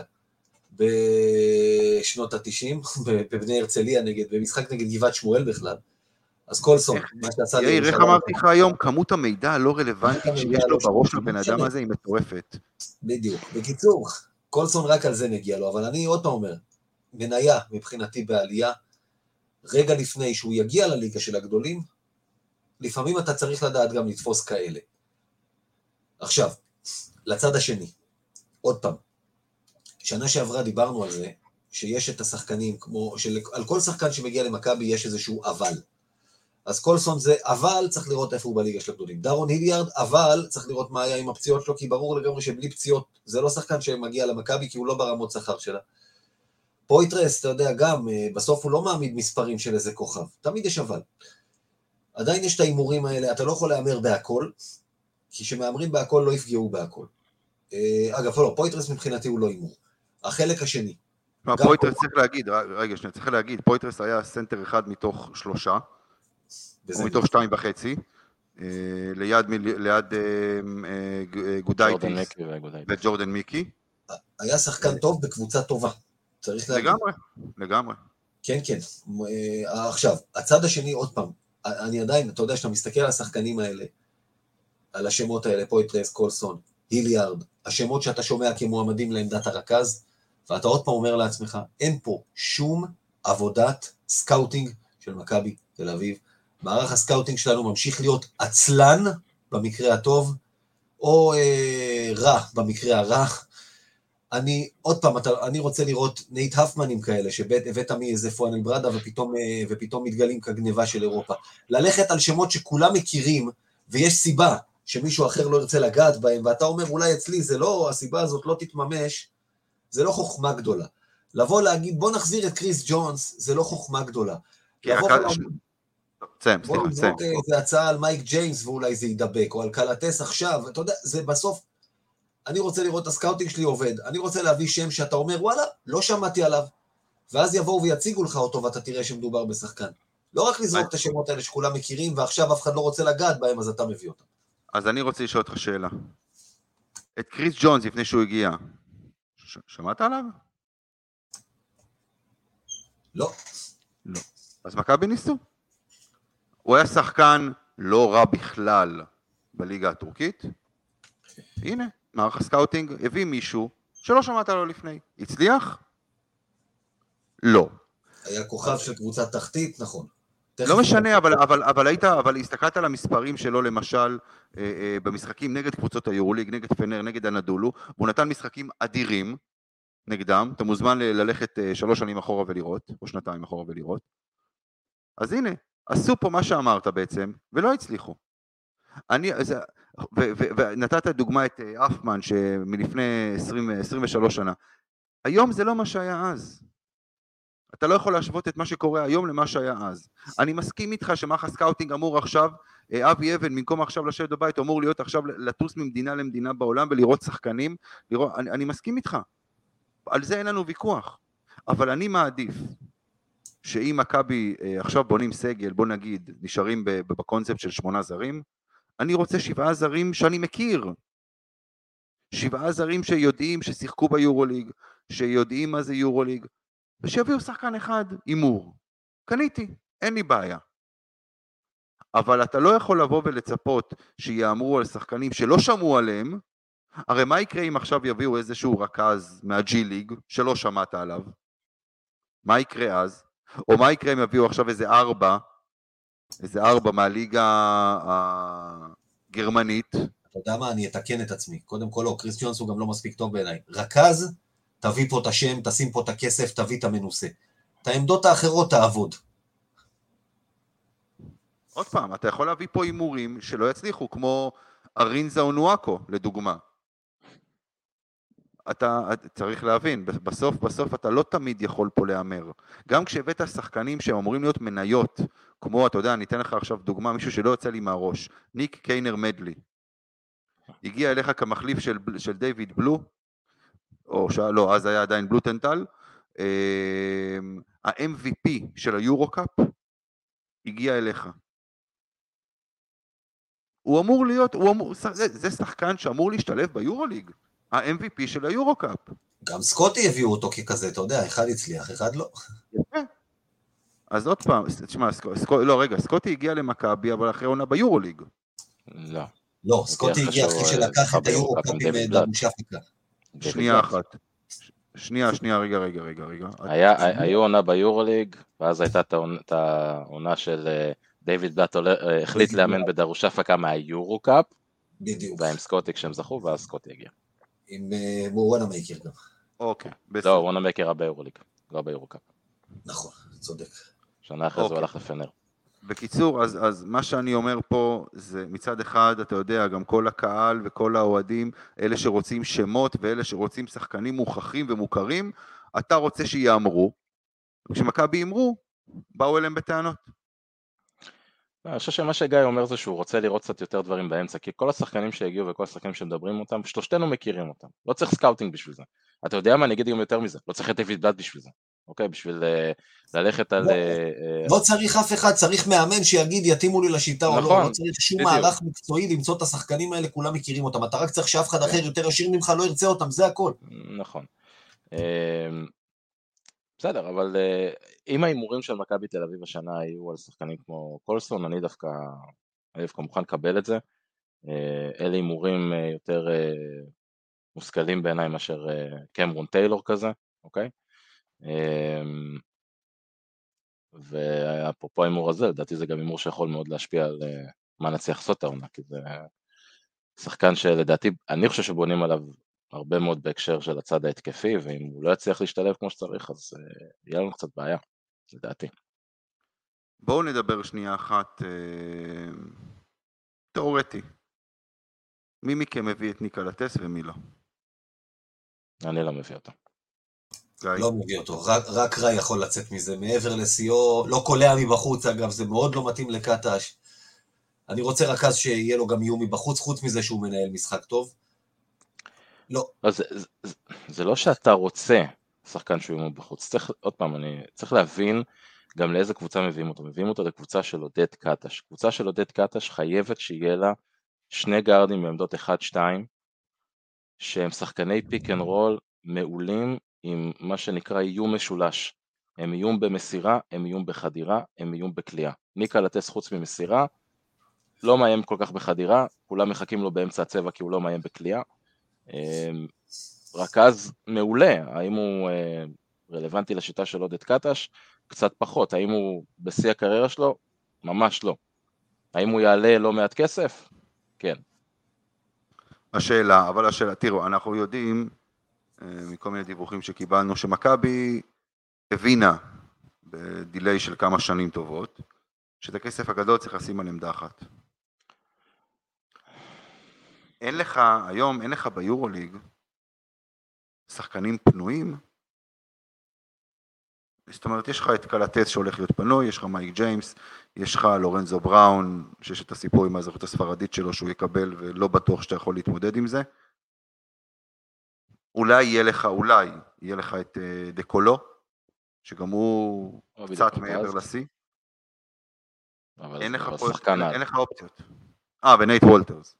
Speaker 4: בשנות ה-תשעים, בבני הרצליה נגד, במשחק נגד גבעת שמואל בכלל. אז קולסון, מה שעשה לי...
Speaker 2: יאיר, איך אמרתי לך היום, כמות המידע הלא רלוונטית שיש לו בראש לבן אדם הזה היא מטורפת.
Speaker 4: בדיוק. בקיצור, קולסון רק על זה מגיע לו, אבל אני עוד פעם אומר, מניה מבחינתי בעלייה, רגע לפני שהוא יגיע לליגה של הגדולים, לפעמים אתה צריך לדעת גם לתפוס כאלה. עכשיו, לצד השני, עוד פעם, שנה שעברה דיברנו על זה, שיש את השחקנים, כמו, שעל כל שחקן שמגיע למכבי יש איזשהו אבל. אז קולסון זה אבל, צריך לראות איפה הוא בליגה של הגדולים. דרון היליארד, אבל, צריך לראות מה היה עם הפציעות שלו, כי ברור לגמרי שבלי פציעות, זה לא שחקן שמגיע למכבי, כי הוא לא ברמות שכר שלה. פויטרס, אתה יודע, גם, בסוף הוא לא מעמיד מספרים של איזה כוכב. תמיד יש אבל. עדיין יש את האימורים האלה, אתה לא יכול לאמר בהכל, כי שמאמרים בהכל לא יפגעו בהכל. אגב, לא, פויטרס מבחינתי הוא לא אימור. החלק השני.
Speaker 2: פויטרס צריך להגיד, רגע שנייה, צריך להגיד, פויטרס היה סנטר אחד מתוך שלושה, או מתוך שתיים וחצי, ליד גודייטיס וג'ורדן מיקי.
Speaker 4: היה שחקן טוב בקבוצה טובה, צריך להגיד.
Speaker 2: לגמרי, לגמרי.
Speaker 4: כן, כן. עכשיו, הצד השני, עוד פעם, אני עדיין, אתה יודע שאתה מסתכל על השחקנים האלה, על השמות האלה, פויטרס, קולסון, היליארד, השמות שאתה שומע כמועמדים לעמדת הרכז, ואתה עוד פעם אומר לעצמך, אין פה שום עבודת סקאוטינג של מכבי תל אביב. מערך הסקאוטינג שלנו ממשיך להיות עצלן במקרה הטוב, או אה, רע במקרה הרע. אני, עוד פעם, אתה, אני רוצה לראות נייט הפמנים כאלה, שהבאת מאיזה פואנל ברדה, ופתאום, אה, ופתאום מתגלים כגניבה של אירופה. ללכת על שמות שכולם מכירים, ויש סיבה שמישהו אחר לא ירצה לגעת בהם, ואתה אומר, אולי אצלי זה לא, הסיבה הזאת לא תתממש, זה לא חוכמה גדולה. לבוא להגיד, בוא נחזיר את קריס ג'ונס, זה לא חוכמה גדולה. לבוא ולהגיד, בוא נזרוק איזה הצעה על מייק ג'יימס, ואולי זה ידבק, או על קלטס עכשיו, אתה יודע, זה בסוף, אני רוצה לראות את הסקאוטינג שלי עובד, אני רוצה להביא שם שאתה אומר, וואלה, לא שמעתי עליו, ואז יבואו ויציגו לך אותו, ואתה תראה שמדובר בשחקן. לא רק לזרוק את השמות האלה שכולם מכירים, ועכשיו אף אחד לא רוצה לגעת בהם, אז אתה מביא אותם.
Speaker 2: אז אני רוצה לשאול אותך שאלה. את קריס ג'ונס, לפני שהוא הגיע, ש... שמעת עליו?
Speaker 4: לא.
Speaker 2: לא. אז מכבי ניסו. הוא היה שחקן לא רע בכלל בליגה הטורקית. הנה, מערך הסקאוטינג הביא מישהו שלא שמעת עליו לפני. הצליח? לא.
Speaker 4: היה כוכב של קבוצת תחתית, נכון.
Speaker 2: לא משנה, אבל, אבל, אבל היית, אבל הסתכלת על המספרים שלו, למשל, אה, אה, במשחקים נגד קבוצות היורוליג, נגד פנר, נגד הנדולו, והוא נתן משחקים אדירים נגדם, אתה מוזמן ללכת אה, שלוש שנים אחורה ולראות, או שנתיים אחורה ולראות. אז הנה, עשו פה מה שאמרת בעצם, ולא הצליחו. אני, זה, ו, ו, ונתת דוגמה את אה, אפמן, שמלפני עשרים, עשרים ושלוש שנה. היום זה לא מה שהיה אז. אתה לא יכול להשוות את מה שקורה היום למה שהיה אז. אני מסכים איתך שמערך הסקאוטינג אמור עכשיו, אבי אבן, במקום עכשיו לשבת בבית, אמור להיות עכשיו לטוס ממדינה למדינה בעולם ולראות שחקנים. לראות, אני, אני מסכים איתך. על זה אין לנו ויכוח. אבל אני מעדיף שאם מכבי עכשיו בונים סגל, בוא נגיד, נשארים בקונספט של שמונה זרים, אני רוצה שבעה זרים שאני מכיר. שבעה זרים שיודעים ששיחקו ביורוליג, שיודעים מה זה יורוליג, ושיביאו שחקן אחד אימור. קניתי, אין לי בעיה. אבל אתה לא יכול לבוא ולצפות שיאמרו על שחקנים שלא שמעו עליהם, הרי מה יקרה אם עכשיו יביאו איזשהו רכז מהג'י ליג שלא שמעת עליו? מה יקרה אז? או מה יקרה אם יביאו עכשיו איזה ארבע, איזה ארבע מהליגה הגרמנית?
Speaker 4: אתה יודע מה, אני אתקן את עצמי. קודם כל לא, קריס ג'ונס הוא גם לא מספיק טוב בעיניי. רכז, תביא פה את השם, תשים פה את הכסף, תביא את המנוסה. את העמדות האחרות תעבוד.
Speaker 2: עוד פעם, אתה יכול להביא פה הימורים שלא יצליחו, כמו ארינזה אונואקו, לדוגמה. אתה צריך להבין, בסוף בסוף אתה לא תמיד יכול פה להיאמר. גם כשהבאת שחקנים שהם אמורים להיות מניות, כמו, אתה יודע, אני אתן לך עכשיו דוגמה, מישהו שלא יוצא לי מהראש, ניק קיינר מדלי. הגיע אליך כמחליף של, של דיוויד בלו, או לא, אז היה עדיין בלוטנטל, ה-אם וי פי של היורו-קאפ הגיע אליך. הוא אמור להיות, הוא אמור, זה, זה שחקן שאמור להשתלב ביורוליג, ה-אם וי פי של היורו-קאפ.
Speaker 4: גם סקוטי הביאו אותו ככזה, אתה יודע, אחד הצליח, אחד לא.
Speaker 2: אז עוד פעם, תשמע, סקוט, לא רגע, סקוטי הגיע למכבי, אבל אחרי עונה ביורוליג.
Speaker 3: לא.
Speaker 4: לא, סקוטי הגיע אחרי שלקח את היורו-קאפ עם דבוש אפריקה.
Speaker 2: שנייה אחת. שנייה, שנייה, רגע, רגע, רגע, רגע.
Speaker 3: היו עונה ביורוליג, ואז הייתה את העונה של דיוויד בלאט החליט לאמן בדרוש אפריקה מהיורו-קאפ,
Speaker 4: בדיוק.
Speaker 3: ועם סקוטי כשהם זכו, ואז סקוטי הגיע.
Speaker 4: עם וואנה מייקר גם.
Speaker 2: אוקיי,
Speaker 3: בסדר. לא, וואנה מייקר היה ביורוליג, לא ביורו-קאפ.
Speaker 4: נכון, צודק.
Speaker 3: שנה אחרי זה הוא הלך לפנר.
Speaker 2: בקיצור, אז, אז מה שאני אומר פה זה מצד אחד, אתה יודע, גם כל הקהל וכל האוהדים, אלה שרוצים שמות ואלה שרוצים שחקנים מוכחים ומוכרים, אתה רוצה שיאמרו, וכשמכבי יאמרו, באו אליהם בטענות.
Speaker 3: אני חושב שמה שגיא אומר זה שהוא רוצה לראות קצת יותר דברים באמצע, כי כל השחקנים שהגיעו וכל השחקנים שמדברים אותם, שלושתנו מכירים אותם, לא צריך סקאוטינג בשביל זה. אתה יודע מה, אני אגיד גם יותר מזה, לא צריך את דיוויד בלאט בשביל זה. אוקיי, בשביל ללכת על...
Speaker 4: לא צריך אף אחד, צריך מאמן שיגיד יתאימו לי לשיטה או לא, לא צריך שום מערך מקצועי למצוא את השחקנים האלה, כולם מכירים אותם, אתה רק צריך שאף אחד אחר יותר ישיר ממך לא ירצה אותם, זה הכל.
Speaker 3: נכון. בסדר, אבל אם ההימורים של מכבי תל אביב השנה היו על שחקנים כמו קולסון, אני דווקא מוכן לקבל את זה, אלה הימורים יותר מושכלים בעיניי מאשר קמרון טיילור כזה, אוקיי? ואפרופו האימור הזה, לדעתי זה גם אימור שיכול מאוד להשפיע על מה נצליח לעשות את העונה, כי זה שחקן שלדעתי, אני חושב שבונים עליו הרבה מאוד בהקשר של הצד ההתקפי, ואם הוא לא יצליח להשתלב כמו שצריך, אז יהיה לנו קצת בעיה, לדעתי.
Speaker 2: בואו נדבר שנייה אחת אה, תיאורטי. מי מכם מביא את ניקה לטס ומי לא?
Speaker 3: אני לא מביא אותו.
Speaker 4: לא מביא אותו, רק, רק רע יכול לצאת מזה, מעבר לסיוע, לא קולע מבחוץ אגב, זה מאוד לא מתאים לקטש. אני רוצה רכז שיהיה לו גם איום מבחוץ, חוץ מזה שהוא מנהל משחק טוב. לא.
Speaker 3: אז, זה, זה, זה לא שאתה רוצה שחקן שהוא איום מבחוץ, צריך, עוד פעם, אני צריך להבין גם לאיזה קבוצה מביאים אותו, מביאים אותו לקבוצה של עודד קטש, קבוצה של עודד קטש חייבת שיהיה לה שני גארדים בעמדות אחת שתיים, שהם שחקני פיק אנד רול מעולים, עם מה שנקרא איום משולש, הם איום במסירה, הם איום בחדירה, הם איום בקליעה. ניקה לטס חוץ ממסירה, לא מאיים כל כך בחדירה, כולם מחכים לו באמצע הצבע כי הוא לא מאיים בקליעה, רכז מעולה, האם הוא רלוונטי לשיטה של עודד קטש? קצת פחות, האם הוא בשיא הקריירה שלו? ממש לא. האם הוא יעלה לא מעט כסף? כן.
Speaker 2: השאלה, אבל השאלה, תראו, אנחנו יודעים, מכל מיני דיווחים שקיבלנו, שמכבי הבינה בדילי של כמה שנים טובות, שאת הכסף הגדול צריך לשים על עמדה אחת. אין לך, היום אין לך ביורוליג שחקנים פנויים, זאת אומרת, יש לך את קלטס שהולך להיות פנוי, יש לך מייק ג'יימס, יש לך לורנזו בראון, שיש את הסיפור עם האזרחות הספרדית שלו שהוא יקבל, ולא בטוח שאתה יכול להתמודד עם זה. אולי יהיה לך, אולי יהיה לך את דקולו, שגם הוא קצת מעבר לשיא. אין לך פה, אין לך אופציות. אה, ונייט וולטרס.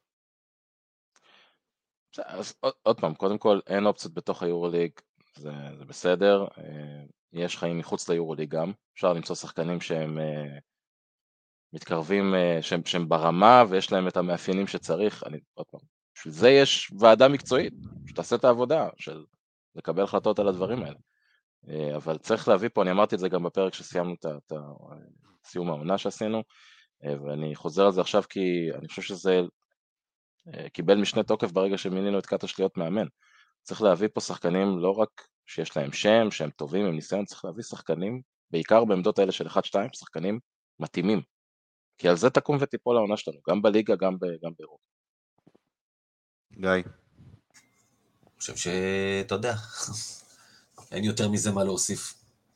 Speaker 3: אז עוד פעם, קודם כל, אין אופציות בתוך היורוליג, זה, זה בסדר. יש חיים מחוץ ליורוליג גם, אפשר למצוא שחקנים שהם מתקרבים, שהם, שהם ברמה, ויש להם את המאפיינים שצריך. אני, עוד פעם, בשביל זה יש ועדה מקצועית, שתעשה את העבודה של לקבל החלטות על הדברים האלה. אבל צריך להביא פה, אני אמרתי את זה גם בפרק שסיימנו את, את סיום העונה שעשינו, ואני חוזר על זה עכשיו כי אני חושב שזה קיבל משנה תוקף ברגע שמינינו את קטש להיות מאמן. צריך להביא פה שחקנים לא רק שיש להם שם, שהם טובים עם ניסיון, צריך להביא שחקנים, בעיקר בעמדות האלה של אחת שתיים, שחקנים מתאימים. כי על זה תקום ותיפול העונה שלנו, גם בליגה, גם באירופה.
Speaker 2: גיא.
Speaker 4: אני חושב שאתה יודע, אין יותר מזה מה להוסיף.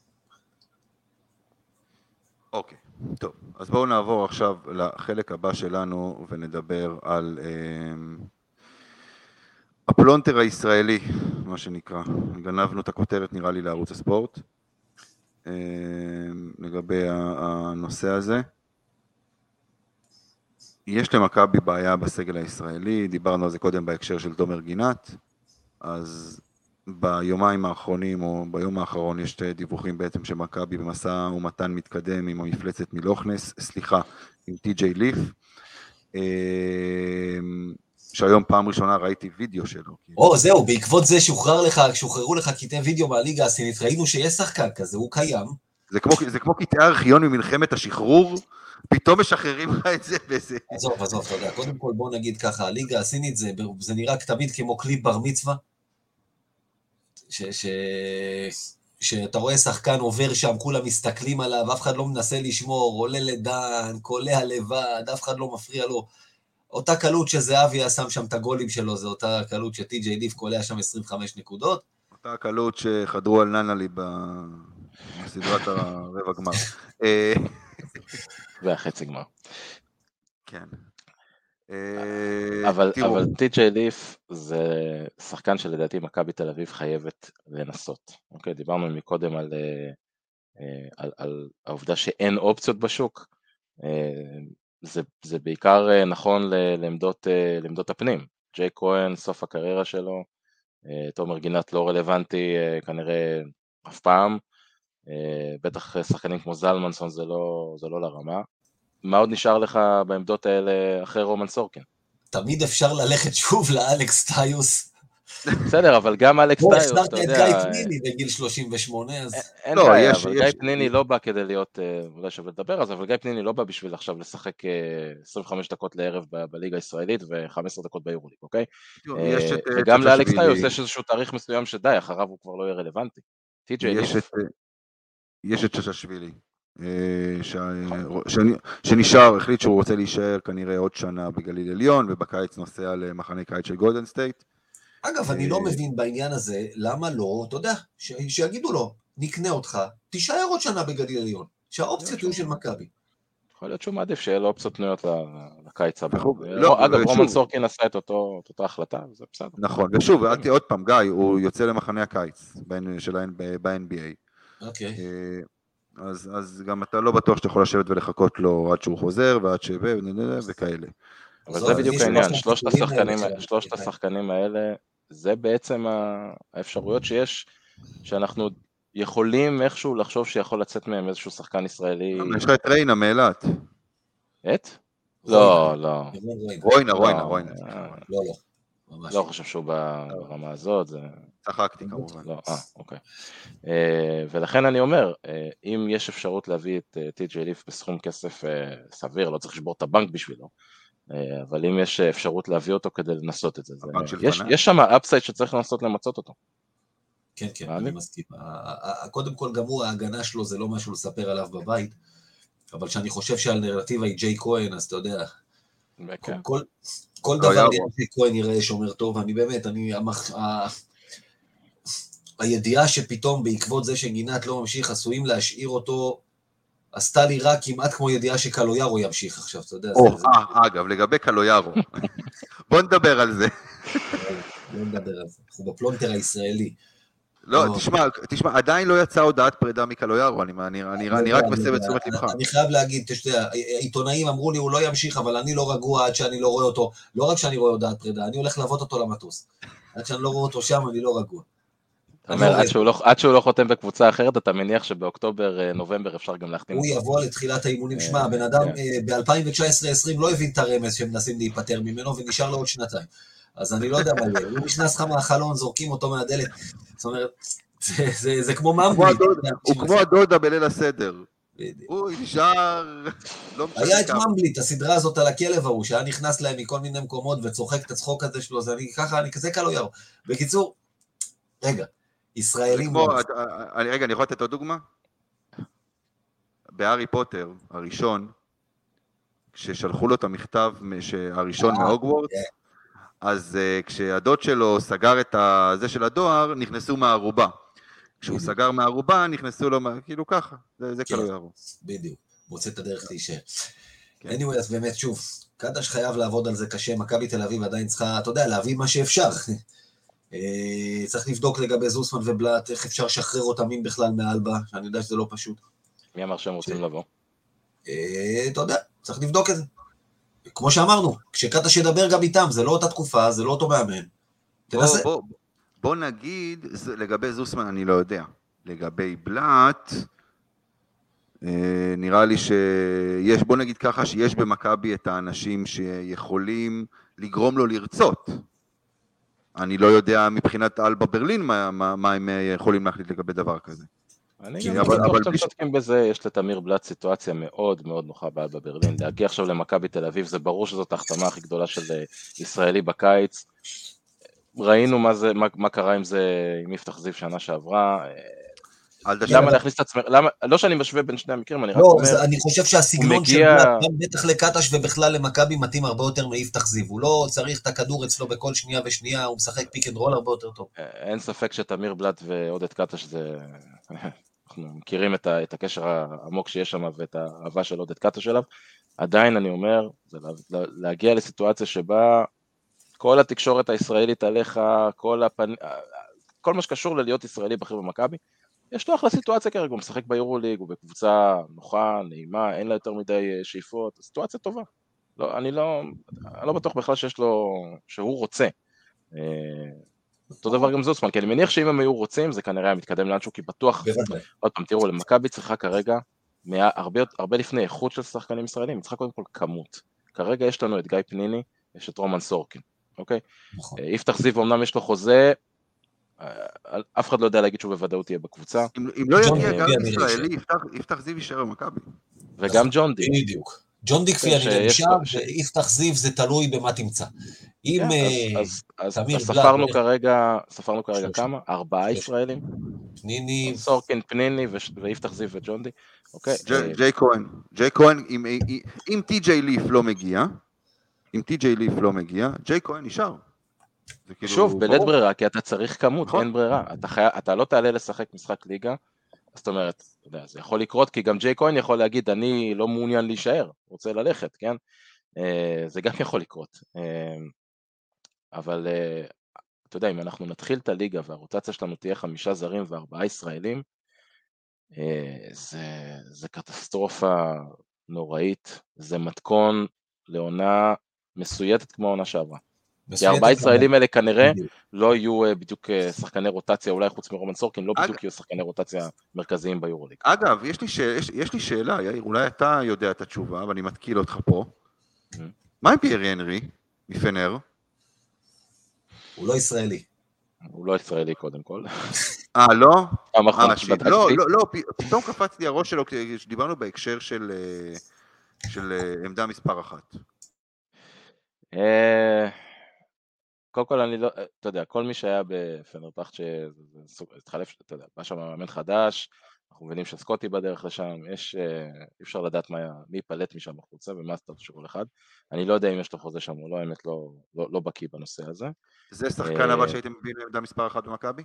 Speaker 2: אוקיי, טוב. אז בואו נעבור עכשיו לחלק הבא שלנו ונדבר על אה, הפלונטר הישראלי, מה שנקרא. גנבנו את הכותרת נראה לי לערוץ הספורט אה, לגבי הנושא הזה. יש למכבי בעיה בסגל הישראלי, דיברנו על זה קודם בהקשר של תומר גינת, אז ביומיים האחרונים או ביום האחרון יש דיווחים בעצם שמכבי במשא ומתן מתקדם עם המפלצת מלוכנס, סליחה, עם טי.ג'יי ליף, שהיום פעם ראשונה ראיתי וידאו שלו.
Speaker 4: או, זהו, בעקבות זה שוחרר לך, שוחררו לך קטעי וידאו מהליגה הסינית, ראינו שיש שחקן כזה, הוא קיים. זה כמו,
Speaker 2: זה כמו קטעי ארכיון ממלחמת השחרור, פתאום משחררים לך את זה וזה.
Speaker 4: עזוב, עזוב, אתה יודע, קודם כל בוא נגיד ככה, הליגה הסינית זה, זה נראה תמיד כמו קליפ בר מצווה, ש, ש, שאתה רואה שחקן עובר שם, כולם מסתכלים עליו, אף אחד לא מנסה לשמור, עולה לדן, קולע לבד, אף אחד לא מפריע לו. אותה קלות שזהבי שם שם את הגולים שלו, זה אותה קלות שטי.ג'יי ליף קולע שם עשרים וחמש נקודות.
Speaker 2: אותה קלות שחדרו על ננלי בסדרת הרבע גמר.
Speaker 3: והחצי גמר.
Speaker 2: כן.
Speaker 3: אבל טי.ג'יי ליף זה שחקן שלדעתי מכבי תל אביב חייבת לנסות. אוקיי, דיברנו מקודם על, על, על העובדה שאין אופציות בשוק. זה, זה בעיקר נכון לעמדות, לעמדות הפנים. ג'יי כהן, סוף הקריירה שלו, תומר גינת לא רלוונטי כנראה אף פעם. בטח שחקנים כמו זלמנסון זה לא, זה לא לרמה. מה עוד נשאר לך בעמדות האלה אחרי רומן סורקין?
Speaker 4: תמיד אפשר ללכת שוב לאלכס טיוס.
Speaker 3: בסדר, אבל גם אלכס טיוס,
Speaker 4: אתה יודע... הוא החזרת את גיא פניני בגיל שלושים ושמונה, אז...
Speaker 3: אין בעיה, אבל גיא פניני לא בא כדי להיות, אולי שווה לדבר על זה, אבל גיא פניני לא בא בשביל עכשיו לשחק עשרים וחמש דקות לערב בליגה הישראלית ו-חמש עשרה דקות ביורוליג, אוקיי? וגם לאלכס טיוס יש איזשהו תאריך מסוים שדי, אחריו הוא כבר לא יהיה רלוונטי.
Speaker 2: יש את שששווילי. שנשאר, החליט שהוא רוצה להישאר כנראה עוד שנה בגליל עליון, ובקיץ נוסע למחנה קיץ של גולדן סטייט.
Speaker 4: אגב, אני לא מבין בעניין הזה, למה לא, אתה יודע, שיגידו לו, נקנה אותך, תישאר עוד שנה בגליל עליון, שהאופציות יהיו של מכבי.
Speaker 3: יכול להיות שהוא מעדיף שיהיה לו אופציות פנויות לקיץ הבא. אגב, רומן סורקין עשה את אותה החלטה, זה בסדר.
Speaker 2: נכון, ושוב, עוד פעם, גיא, הוא יוצא למחנה הקיץ ב-אן בי איי.
Speaker 4: אוקיי.
Speaker 2: אז, אז גם אתה לא בטוח שאתה יכול לשבת ולחכות לו עד שהוא חוזר ועד שווה וכאלה.
Speaker 3: אבל זה בדיוק העניין, שלושת השחקנים, שלושת השחקנים האלה, זה בעצם האפשרויות שיש, שאנחנו יכולים איכשהו לחשוב שיכול לצאת מהם איזשהו שחקן ישראלי.
Speaker 2: יש לך את ריינה מאילת.
Speaker 3: את? לא, לא.
Speaker 2: רוינה, רוינה, רוינה.
Speaker 4: לא, לא.
Speaker 3: לא חושב שהוא ברמה הזאת, זה...
Speaker 2: צחקתי כמובן.
Speaker 3: לא, אה, אוקיי. ולכן אני אומר, אם יש אפשרות להביא את טי.ג'יי ליף בסכום כסף סביר, לא צריך לשבור את הבנק בשבילו, אבל אם יש אפשרות להביא אותו כדי לנסות את זה, יש שם אפסייד שצריך לנסות למצות אותו.
Speaker 4: כן, כן, אני מסכים. קודם כל גם הוא, ההגנה שלו זה לא משהו לספר עליו בבית, אבל שאני חושב שהאלטרנטיבה היא ג'יי כהן, אז אתה יודע, כל... כל דבר ג'יי כהן יראה שומר טוב, אני באמת, אני, הידיעה שפתאום בעקבות זה שגינת לא ממשיך, עשויים להשאיר אותו, עשתה לי רק כמעט כמו ידיעה שקלויארו ימשיך עכשיו, אתה יודע.
Speaker 2: אגב, לגבי קלויארו, בוא נדבר על זה.
Speaker 4: בוא נדבר על זה, אנחנו בפלונטר הישראלי.
Speaker 2: לא, תשמע, תשמע, עדיין לא יצאה הודעת פרידה מקלויארו, אני רק מסב את תשומת לבך.
Speaker 4: אני חייב להגיד, תשתה, עיתונאים אמרו לי, הוא לא ימשיך, אבל אני לא רגוע עד שאני לא רואה אותו, לא רק שאני רואה הודעת פרידה, אני הולך לעבוד אותו למטוס. עד שאני לא רואה אותו שם, אני לא רגוע.
Speaker 3: אתה אומר, עד שהוא לא חותם בקבוצה אחרת, אתה מניח שבאוקטובר, נובמבר אפשר גם להחתים אותו.
Speaker 4: הוא יבוא לתחילת האימונים, שמע, הבן אדם ב-אלפיים תשע עשרה עשרים לא הבין את הרמז שמנסים להיפטר ממנו, ונשאר לו עוד שנתיים. אז אני לא יודע מה יהיה, הוא נכנס לך מהחלון, זורקים אותו מהדלת, זאת אומרת, זה כמו ממבלי.
Speaker 2: הוא כמו הדודה בליל הסדר. הוא נשאר...
Speaker 4: היה את ממבלי, הסדרה הזאת על הכלב ההוא, שהיה נכנס להם מכל מיני מקומות, וצוחק את הצחוק הזה שלו, זה אני ככה, אני כזה קלויארו. בקיצור, רגע, ישראלים...
Speaker 2: רגע, אני יכול לתת עוד דוגמה? בהארי פוטר, הראשון, כששלחו לו את המכתב הראשון מהוגוורטס, אז כשהדוד שלו סגר את זה של הדואר, נכנסו מהערובה. כשהוא סגר מהערובה, נכנסו לו, כאילו ככה, זה כאילו יערו.
Speaker 4: בדיוק, מוצא את הדרך להישאר. anyway, אז באמת, שוב, קטש חייב לעבוד על זה קשה, מכבי תל אביב עדיין צריכה, אתה יודע, להביא מה שאפשר. צריך לבדוק לגבי זוסמן ובלט, איך אפשר לשחרר אותם אם בכלל מאלבה, שאני יודע שזה לא פשוט.
Speaker 3: מי אמר שהם רוצים לבוא?
Speaker 4: אתה יודע, צריך לבדוק את זה. כמו שאמרנו, כשקטש ידבר גם איתם, זה לא אותה תקופה, זה לא אותו מאמן. תנסה.
Speaker 2: בוא נגיד, לגבי זוסמן אני לא יודע. לגבי בלט, נראה לי שיש, בוא נגיד ככה, שיש במכבי את האנשים שיכולים לגרום לו לרצות. אני לא יודע מבחינת אלבה ברלין מה, מה, מה הם יכולים להחליט לגבי דבר כזה.
Speaker 3: אני גם בטוח שאתם צודקים בזה, יש לתמיר בלט סיטואציה מאוד מאוד נוחה באלבה ברלין. להגיע עכשיו למכבי תל אביב, זה ברור שזאת ההחתמה הכי גדולה של ישראלי בקיץ. ראינו מה זה, מה, מה קרה עם זה, עם יפתח זיו שנה שעברה. למה להכניס את עצמך, למה, לא שאני משווה בין שני המקרים, אני רק אומר...
Speaker 4: לא, אני חושב שהסגנון של בלט, גם בטח לקטש ובכלל למכבי מתאים הרבה יותר מיפתח זיו, הוא לא צריך את הכדור אצלו בכל שנייה ושנייה, הוא משחק פיק אנד רול הרבה יותר טוב.
Speaker 3: אין ספק שתמיר בלט ועודד קטש זה... אנחנו מכירים את, ה, את הקשר העמוק שיש שם ואת האהבה של עודד קטש אליו, עדיין אני אומר, זה לה, להגיע לסיטואציה שבה כל התקשורת הישראלית עליך, כל, הפנ... כל מה שקשור ללהיות ישראלי בכיר במכבי, יש לו אחלה סיטואציה כרגע, הוא משחק ביורוליג, הוא בקבוצה נוחה, נעימה, אין לה יותר מדי שאיפות, סיטואציה טובה. לא, אני לא, אני לא בטוח בכלל שיש לו, שהוא רוצה. אותו דבר גם זוסמן, כי אני מניח שאם הם היו רוצים, זה כנראה מתקדם לאנשהו, כי בטוח, עוד פעם, תראו, למכבי צריכה כרגע, הרבה, הרבה לפני איכות של שחקנים ישראלים, צריכה קודם כל כמות. כרגע יש לנו את גיא פניני, יש את רומן סורקין, אוקיי? יפתח זיו, אמנם יש לו חוזה, אף אחד לא יודע להגיד שהוא בוודאות יהיה בקבוצה.
Speaker 2: אם לא יגיע גם ישראלי, יפתח זיו יישאר במכבי.
Speaker 3: וגם ג'ון די.
Speaker 4: בדיוק. ג'ון די כפי אני נמשל, ויפתח זיו זה תלוי במה תמצא.
Speaker 3: אז ספרנו כרגע, ספרנו כרגע כמה? ארבעה ישראלים?
Speaker 4: פניני.
Speaker 3: סורקין, פניני, ויפתח זיו וג'ון די.
Speaker 2: ג'יי כהן. ג'יי כהן, אם טי.ג'יי ליף לא מגיע, אם טי.ג'יי ליף לא מגיע, ג'יי כהן נשאר.
Speaker 3: שוב, בלית ברירה, כי אתה צריך כמות, אין ברירה. אתה לא תעלה לשחק משחק ליגה, זאת אומרת, זה יכול לקרות, כי גם ג'יי כהן יכול להגיד, אני לא מעוניין להישאר, רוצה ללכת, כן? זה גם יכול לקרות. אבל, אתה יודע, אם אנחנו נתחיל את הליגה, והרוטציה שלנו תהיה חמישה זרים וארבעה ישראלים, זה, זה קטסטרופה נוראית, זה מתכון לעונה מסויטת כמו העונה שעברה. כי ארבעה ישראלים האלה כנראה לא יהיו בדיוק שחקני רוטציה, אולי חוץ מרומן סורקין, לא בדיוק יהיו שחקני רוטציה מרכזיים ביורוליג.
Speaker 2: אגב, יש לי, ש... יש, יש לי שאלה, יאיר, אולי אתה יודע את התשובה, ואני מתקיל אותך פה. מה עם פיירי הנרי מפנר?
Speaker 4: הוא לא ישראלי.
Speaker 3: הוא לא ישראלי קודם כל.
Speaker 2: אה, לא?
Speaker 3: אה,
Speaker 2: לא, לא, לא, פתאום קפץ לי הראש שלו, כשדיברנו בהקשר של, של עמדה מספר אחת.
Speaker 3: אה... קודם כל אני לא, אתה יודע, כל מי שהיה בפנרבכט שהתחלף, אתה יודע, בא שם מאמן חדש, אנחנו מבינים שסקוטי בדרך לשם, יש, אי אפשר לדעת מה, מי פלט משם החוצה ומה הסטטוס של כל אחד, אני לא יודע אם יש לו חוזה שם או לא, האמת לא, לא, לא בקיא בנושא הזה.
Speaker 2: זה שחקן הבא שהייתם מביאים לעמדה מספר אחת במכבי?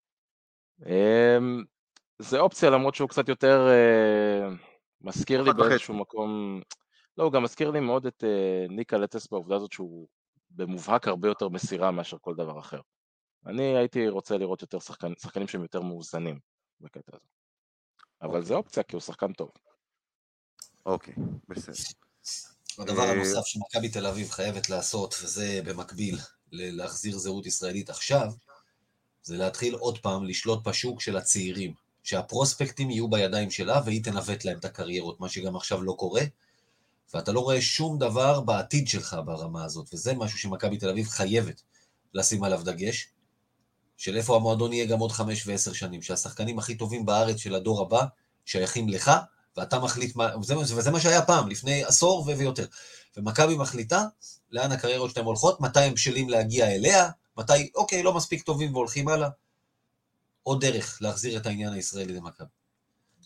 Speaker 3: זה אופציה, למרות שהוא קצת יותר מזכיר לי באיזשהו מקום, לא, הוא גם מזכיר לי מאוד את ניקה לטס בעובדה הזאת שהוא במובהק הרבה יותר מסירה מאשר כל דבר אחר. אני הייתי רוצה לראות יותר שחקנים, שחקנים שהם יותר מאוזנים בקטע הזה. אבל זה אופציה, כי הוא שחקן טוב.
Speaker 2: אוקיי, בסדר.
Speaker 4: הדבר הנוסף שמכבי תל אביב חייבת לעשות, וזה במקביל להחזיר זהות ישראלית עכשיו, זה להתחיל עוד פעם לשלוט בשוק של הצעירים, שהפרוספקטים יהיו בידיים שלה, והיא תנווט להם את הקריירות, מה שגם עכשיו לא קורה, ואתה לא רואה שום דבר בעתיד שלך ברמה הזאת, וזה משהו שמכבי תל אביב חייבת לשים עליו דגש, של איפה המועדון יהיה גם עוד חמש ועשר שנים, שהשחקנים הכי טובים בארץ של הדור הבא שייכים לך, ואתה מחליט, מה, וזה, וזה מה שהיה פעם, לפני עשור ויותר. ומכבי מחליטה לאן הקריירות שלהם הולכות, מתי הם בשלים להגיע אליה, מתי, אוקיי, לא מספיק טובים והולכים הלאה, עוד דרך להחזיר את העניין הישראלי למכבי.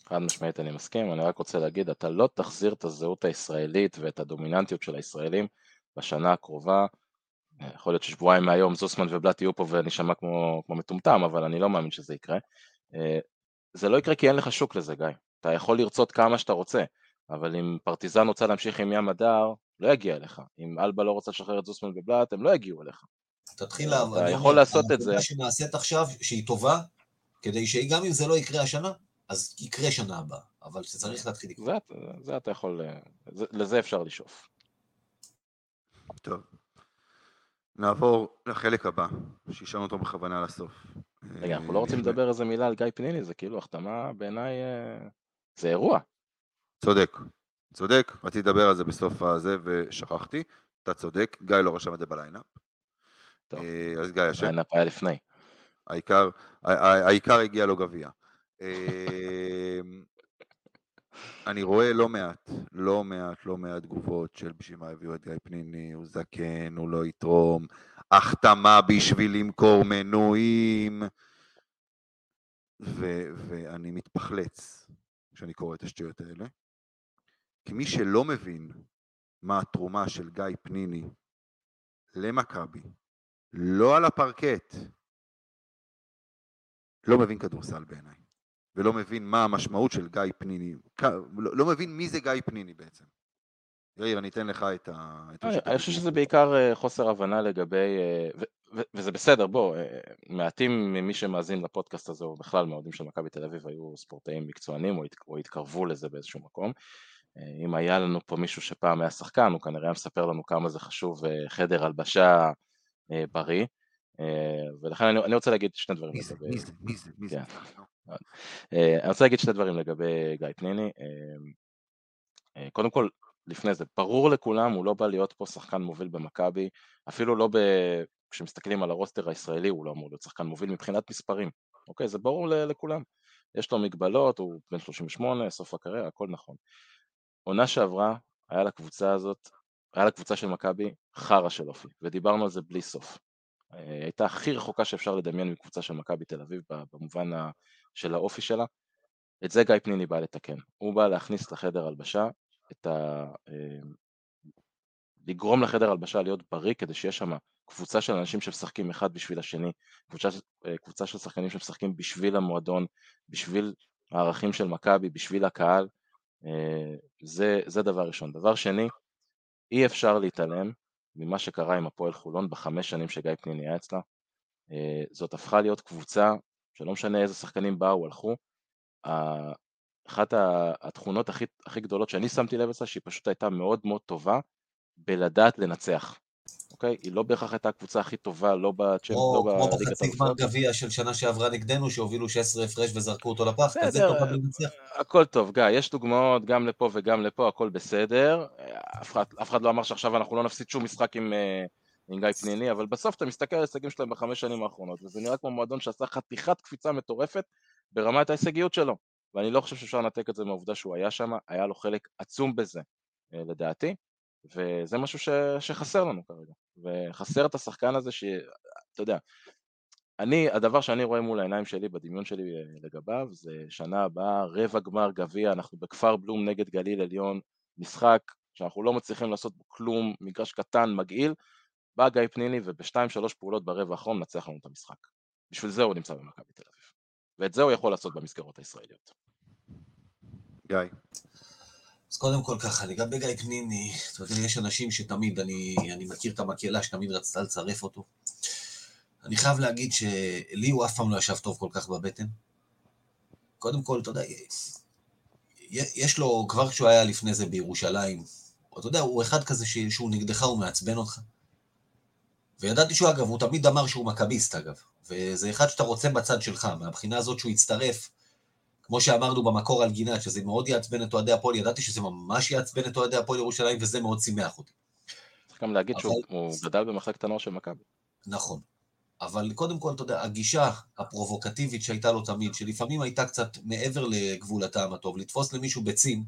Speaker 3: חד משמעית אני מסכים, אני רק רוצה להגיד, אתה לא תחזיר את הזהות הישראלית ואת הדומיננטיות של הישראלים בשנה הקרובה, יכול להיות ששבועיים מהיום זוסמן ובלט יהיו פה ואני שמע כמו, כמו מטומטם, אבל אני לא מאמין שזה יקרה. זה לא יקרה כי אין לך שוק לזה, גיא. אתה יכול לרצות כמה שאתה רוצה, אבל אם פרטיזן רוצה להמשיך עם ים הדר, לא יגיע אליך. אם אלבה לא רוצה לשחרר את זוסמן ובלט, הם לא יגיעו אליך.
Speaker 4: תתחיל לעבוד.
Speaker 3: אתה יכול לעשות את זה.
Speaker 4: העבודה שנעשית עכשיו, שהיא טובה, כדי שגם אם זה לא יקרה השנה, אז יקרה שנה הבאה, אבל שצריך להתחיל לקרוא.
Speaker 3: זה, זה אתה יכול, זה, לזה אפשר לשאוף.
Speaker 2: טוב. נעבור לחלק הבא, שישנו אותו בכוונה לסוף.
Speaker 3: רגע, אנחנו לא רוצים לדבר איזה מילה על גיא פניני, זה כאילו החתמה בעיניי, זה אירוע.
Speaker 2: צודק, צודק, רציתי לדבר על זה בסוף הזה ושכחתי, אתה צודק, גיא לא רשם את זה בליינאפ.
Speaker 3: טוב,
Speaker 2: אז גיא ישב.
Speaker 3: ליינאפ היה לפני.
Speaker 2: העיקר, העיקר הגיע לו גביע. אני רואה לא מעט, לא מעט, לא מעט תגובות של בשביל מה הביאו את גיא פניני, הוא זקן, הוא לא יתרום, החתמה בשביל למכור מנויים, ו- ואני מתפחלץ כשאני קורא את השטויות האלה, כי מי שלא מבין מה התרומה של גיא פניני למכבי, לא על הפרקט, לא מבין כדורסל בעיניי. ולא מבין מה המשמעות של גיא פניני, לא, לא מבין מי זה גיא פניני בעצם. יאיר, אני אתן לך את ה...
Speaker 3: אני חושב שזה בעיקר חוסר הבנה לגבי, ו- ו- וזה בסדר, בוא, מעטים ממי שמאזין לפודקאסט הזה, או בכלל מהאוהדים של מכבי תל אביב, היו ספורטאים מקצוענים, או, הת... או התקרבו לזה באיזשהו מקום. אם היה לנו פה מישהו שפעם היה שחקן, הוא כנראה מספר לנו כמה זה חשוב, חדר הלבשה בריא, ולכן אני, אני רוצה להגיד שני דברים.
Speaker 2: מי זה?
Speaker 3: לגבי...
Speaker 2: מי זה? מי זה? מי זה?
Speaker 3: אני רוצה להגיד שני דברים לגבי גיא פניני. קודם כל, לפני זה, ברור לכולם, הוא לא בא להיות פה שחקן מוביל במכבי, אפילו לא ב... כשמסתכלים על הרוסטר הישראלי, הוא לא אמור להיות שחקן מוביל מבחינת מספרים. אוקיי, זה ברור לכולם. יש לו מגבלות, הוא בן שלושים ושמונה, סוף הקריירה, הכל נכון. עונה שעברה, היה לקבוצה הזאת, היה לקבוצה של מכבי חרה של אופי, ודיברנו על זה בלי סוף. הייתה הכי רחוקה שאפשר לדמיין מקבוצה של מכבי תל אביב, במובן של האופי שלה. את זה גיא פניני בא לתקן. הוא בא להכניס לחדר הלבשה, את ה... לגרום לחדר הלבשה להיות בריא, כדי שיש שם קבוצה של אנשים שמשחקים אחד בשביל השני, קבוצה, קבוצה של שחקנים שמשחקים בשביל המועדון, בשביל הערכים של מכבי, בשביל הקהל. זה, זה דבר ראשון. דבר שני, אי אפשר להתעלם ממה שקרה עם הפועל חולון בחמש שנים שגיא פניני היה אצלה. זאת הפכה להיות קבוצה שלא משנה איזה שחקנים באו, הלכו. אחת התכונות הכי, הכי גדולות שאני שמתי לב אצלה, שהיא פשוט הייתה מאוד מאוד טובה בלדעת לנצח. אוקיי? היא לא בהכרח הייתה הקבוצה הכי טובה, לא בצ'מפ, לא בליגת
Speaker 4: האלופות. כמו בחצי גמר גביע של שנה שעברה נגדנו, שהובילו שש עשרה הפרש וזרקו אותו לפח, כזה טוב לנצח.
Speaker 3: הכל טוב, גיא, יש דוגמאות גם לפה וגם לפה, הכל בסדר. אף אחד, אף אחד לא אמר שעכשיו אנחנו לא נפסיד שום משחק עם, עם גיא פניני, אבל בסוף אתה מסתכל על ההישגים שלהם בחמש שנים האחרונות, וזה נראה כמו מועדון שעשה חתיכת קפיצה מטורפת ברמת ההישגיות שלו. ואני לא חושב שאפשר לנתק את זה מהעובדה שהוא היה שם, היה לו חלק עצום בזה, לדעתי. וזה משהו ש... שחסר לנו כרגע, וחסר את השחקן הזה שאתה יודע, אני, הדבר שאני רואה מול העיניים שלי, בדמיון שלי לגביו, זה שנה הבאה, רבע גמר גביע, אנחנו בכפר בלום נגד גליל עליון, משחק שאנחנו לא מצליחים לעשות בו כלום, מגרש קטן, מגעיל, בא גיא פניני ובשתיים שלוש פעולות ברבע האחרון נצח לנו את המשחק. בשביל זה הוא נמצא במכבי תל אביב, ואת זה הוא יכול לעשות במסגרות הישראליות.
Speaker 2: גיא.
Speaker 4: אז קודם כל ככה, לגבי גיא פניני, אתה יודע, יש אנשים שתמיד, אני, אני מכיר את המקהלה שתמיד רצתה לצרף אותו. אני חייב להגיד שלי הוא אף פעם לא ישב טוב כל כך בבטן. קודם כל, אתה יודע, יש לו, כבר כשהוא היה לפני זה בירושלים, אתה יודע, הוא אחד כזה שהוא נגדך, הוא מעצבן אותך. וידעתי שהוא, אגב, הוא תמיד אמר שהוא מכביסט, אגב. וזה אחד שאתה רוצה בצד שלך, מהבחינה הזאת שהוא יצטרף, כמו שאמרנו במקור על גינת, שזה מאוד יעצבן את אוהדי הפועל, ידעתי שזה ממש יעצבן את אוהדי הפועל ירושלים, וזה מאוד שימח אותי.
Speaker 3: צריך גם להגיד אבל... שהוא גדל במחלקת הנוער של מכבי.
Speaker 4: נכון. אבל קודם כל, אתה יודע, הגישה הפרובוקטיבית שהייתה לו תמיד, שלפעמים הייתה קצת מעבר לגבול הטעם הטוב, לתפוס למישהו ביצים,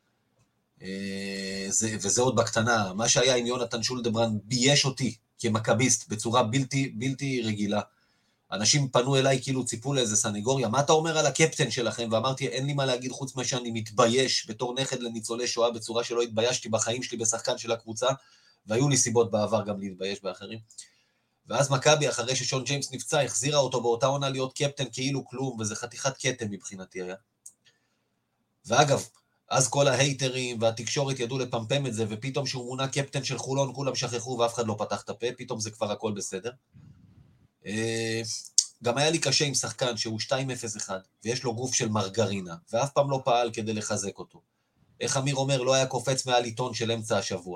Speaker 4: זה, וזה עוד בקטנה, מה שהיה עם יונתן שולדברנד בייש אותי כמכביסט בצורה בלתי, בלתי רגילה. אנשים פנו אליי כאילו ציפו לאיזה סנגוריה, מה אתה אומר על הקפטן שלכם? ואמרתי, אין לי מה להגיד חוץ מה שאני מתבייש בתור נכד לניצולי שואה, בצורה שלא התביישתי בחיים שלי בשחקן של הקבוצה, והיו לי סיבות בעבר גם להתבייש באחרים. ואז מכבי, אחרי ששון ג'יימס נפצע, החזירה אותו באותה עונה להיות קפטן כאילו כלום, וזה חתיכת קטן מבחינתי היה. ואגב, אז כל ההייטרים והתקשורת ידעו לפמפם את זה, ופתאום שהוא מונה קפטן של חולון, כולם שכחו ואף אחד לא פתח את הפה, פתאום זה כבר הכל בסדר. גם היה לי קשה עם שחקן שהוא שתיים אפס אחת, ויש לו גוף של מרגרינה, ואף פעם לא פעל כדי לחזק אותו. איך אמיר אומר, לא היה קופץ מעל עיתון של אמצע השבוע.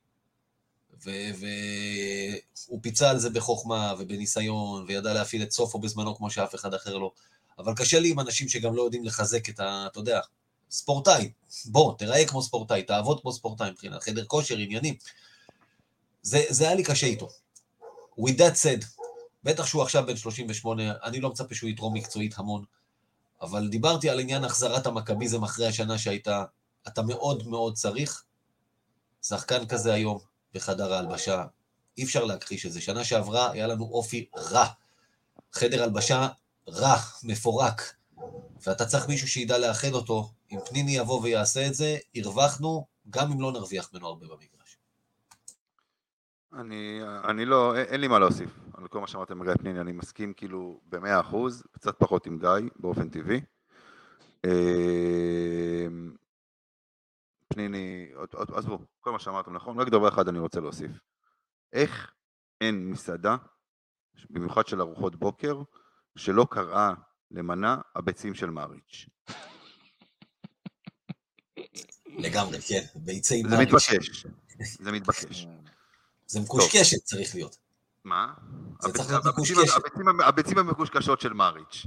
Speaker 4: והוא פיצה על זה בחוכמה ובניסיון, וידע להפעיל את סופו בזמנו כמו שאף אחד אחר לא. אבל קשה לי עם אנשים שגם לא יודעים לחזק את ה... אתה יודע, ספורטאי. בוא, תראה כמו ספורטאי, תעבוד כמו ספורטאי מבחינת חדר כושר, עניינים. זה, זה היה לי קשה איתו. With that said, בטח שהוא עכשיו בן שלושים ושמונה, אני לא מצפה שהוא יתרום מקצועית המון, אבל דיברתי על עניין החזרת המכביזם אחרי השנה שהייתה, אתה מאוד מאוד צריך, שחקן כזה היום בחדר ההלבשה, אי אפשר להכחיש את זה, שנה שעברה היה לנו אופי רע, חדר הלבשה רע, מפורק, ואתה צריך מישהו שידע לאחד אותו, אם פניני יבוא ויעשה את זה, הרווחנו, גם אם לא נרוויח ממנו הרבה במגרש.
Speaker 2: אני, אני לא, אין לי מה להוסיף על כל מה שאמרתם מגיא פניני, אני מסכים כאילו במאה אחוז, קצת פחות עם גיא, באופן טבעי. פניני, עזבו, כל מה שאמרתם נכון, רק דבר אחד אני רוצה להוסיף. איך אין מסעדה, במיוחד של ארוחות בוקר, שלא קראה למנה הביצים של מאריץ'?
Speaker 4: לגמרי, כן, ביצי
Speaker 2: זה
Speaker 4: מאריץ'.
Speaker 2: מתבקש, זה מתבקש.
Speaker 4: זה מקושקשת צריך להיות.
Speaker 2: מה?
Speaker 4: זה צריך
Speaker 2: הביצים-
Speaker 4: להיות
Speaker 2: הביצים-
Speaker 4: מקושקשת.
Speaker 2: הביצים- הביצים המקושקשות של מאריץ'.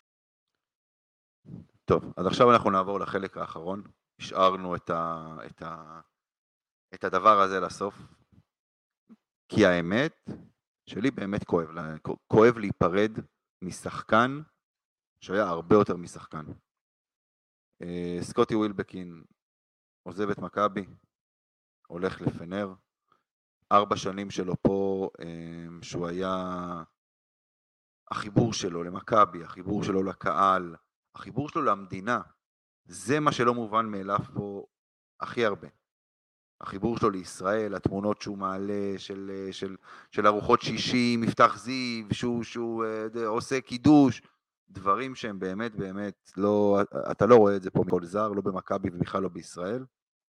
Speaker 2: טוב, אז עכשיו אנחנו נעבור לחלק האחרון. השארנו את ה, את ה, את הדבר הזה לסוף. כי האמת שלי באמת כואב, לה- כואב להיפרד משחקן שהיה הרבה יותר משחקן. אה, סקוטי ווילבקין עוזב את מכבי, הולך לפנר, ארבע שנים שלו פה, אה, שהוא היה, החיבור שלו למכבי, החיבור שלו לקהל, החיבור שלו למדינה, זה מה שלא מובן מאליו פה הכי הרבה. החיבור שלו לישראל, התמונות שהוא מעלה של, של, של ארוחות שישי, מפתח זיו, שהוא, שהוא אה, עושה קידוש, דברים שהם באמת באמת, לא, אתה לא רואה את זה פה מכל זר, לא במכבי ובכלל לא בישראל.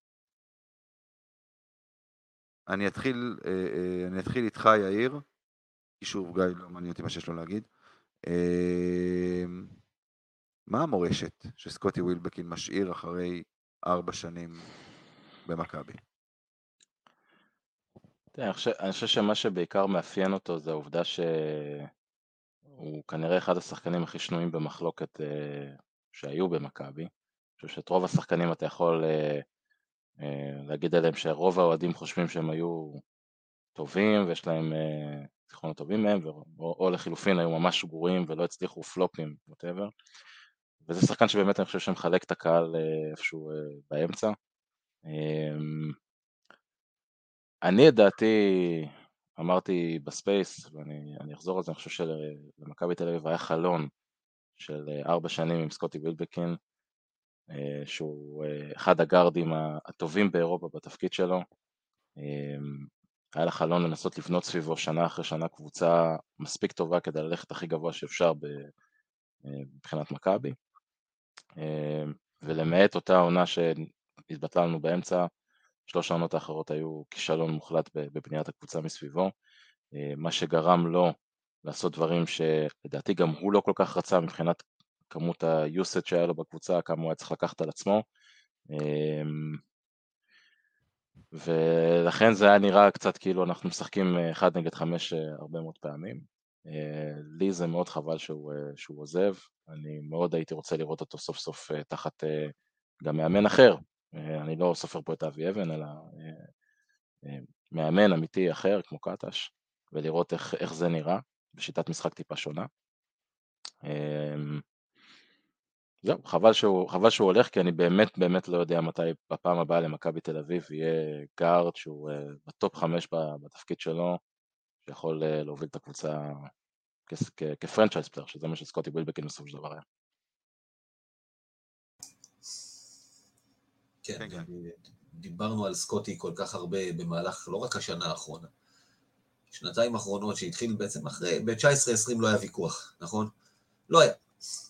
Speaker 2: אני אתחיל, אה, אה, אני אתחיל איתך יאיר, כי שוב גיא לא מעניין אותי מה שיש לו להגיד. אה, מה המורשת שסקוטי ווילבקין משאיר אחרי ארבע שנים במכבי?
Speaker 3: תראה, אני חושב, אני חושב שמה שבעיקר מאפיין אותו זה העובדה שהוא כנראה אחד השחקנים הכי שנויים במחלוקת אה, שהיו במכבי. אני חושב שאת רוב השחקנים אתה יכול אה, אה, להגיד עליהם שרוב האוהדים חושבים שהם היו טובים ויש להם אה, זיכרונות טובים מהם, ו- או, או לחילופין היו ממש גרועים ולא הצליחו פלופים, whatever. וזה שחקן שבאמת אני חושב שמחלק את הקהל אה, איפשהו אה, באמצע. אה, אני את דעתי אמרתי בספייס, ואני אני אחזור על זה, אני חושב שלמכבי תל אביב היה חלון של אה, ארבע שנים עם סקוטי ווילבקין, אה, שהוא אה, אחד הגארדים הטובים באירופה בתפקיד שלו. אה, היה לה חלון לנסות לבנות סביבו שנה אחרי שנה קבוצה מספיק טובה כדי ללכת הכי גבוה שאפשר ב- אה, מבחינת מכבי. אה, ולמעט אותה עונה שהתבטלה לנו באמצע, שלוש העונות האחרות היו כישלון מוחלט בבניית הקבוצה מסביבו, אה, מה שגרם לו לעשות דברים שלדעתי גם הוא לא כל כך רצה מבחינת כמות ה-usage שהיה לו בקבוצה, כמה הוא היה צריך לקחת על עצמו, אה, ולכן זה היה נראה קצת כאילו אנחנו משחקים אחד נגד חמש אה, הרבה מאוד פעמים. אה, לי זה מאוד חבל שהוא, אה, שהוא עוזב, אני מאוד הייתי רוצה לראות אותו סוף סוף אה, תחת אה, גם מאמן אחר, אה, אני לא סופר פה את אבי אבן, אלא אה, אה, מאמן אמיתי אחר כמו קטש, ולראות איך, איך זה נראה, בשיטת משחק טיפה שונה. אה, זהו, חבל שהוא, חבל שהוא הולך, כי אני באמת באמת לא יודע מתי בפעם הבאה למכבי תל אביב יהיה גארד שהוא uh, בטופ חמש בתפקיד שלו, שיכול uh, להוביל את הקבוצה כפרנצ'ייז פלייר, שזה מה שסקוטי ווילבקין בסופו של דבר היה.
Speaker 4: כן, דיברנו על סקוטי כל כך הרבה במהלך, לא רק השנה האחרונה, שנתיים האחרונות שהתחיל בעצם אחרי, ב-תשע עשרה עשרים לא היה ויכוח, נכון? לא היה.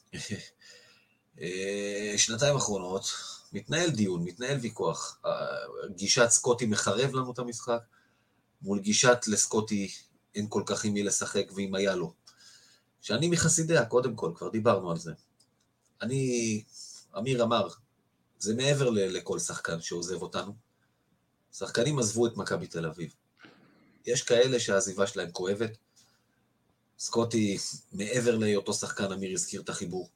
Speaker 4: שנתיים האחרונות, מתנהל דיון, מתנהל ויכוח. גישת סקוטי מחרב לנו את המשחק, מול גישת לסקוטי אין כל כך עם מי לשחק ועם היה לו. שאני מחסידיה, קודם כל, כבר דיברנו על זה. אני, אמיר אמר, זה מעבר לכל שחקן שעוזב אותנו. שחקנים עזבו את מכבי תל אביב. יש כאלה שהעזיבה שלהם כואבת. סקוטי, מעבר לאותו שחקן, אמיר הזכיר את החיבור.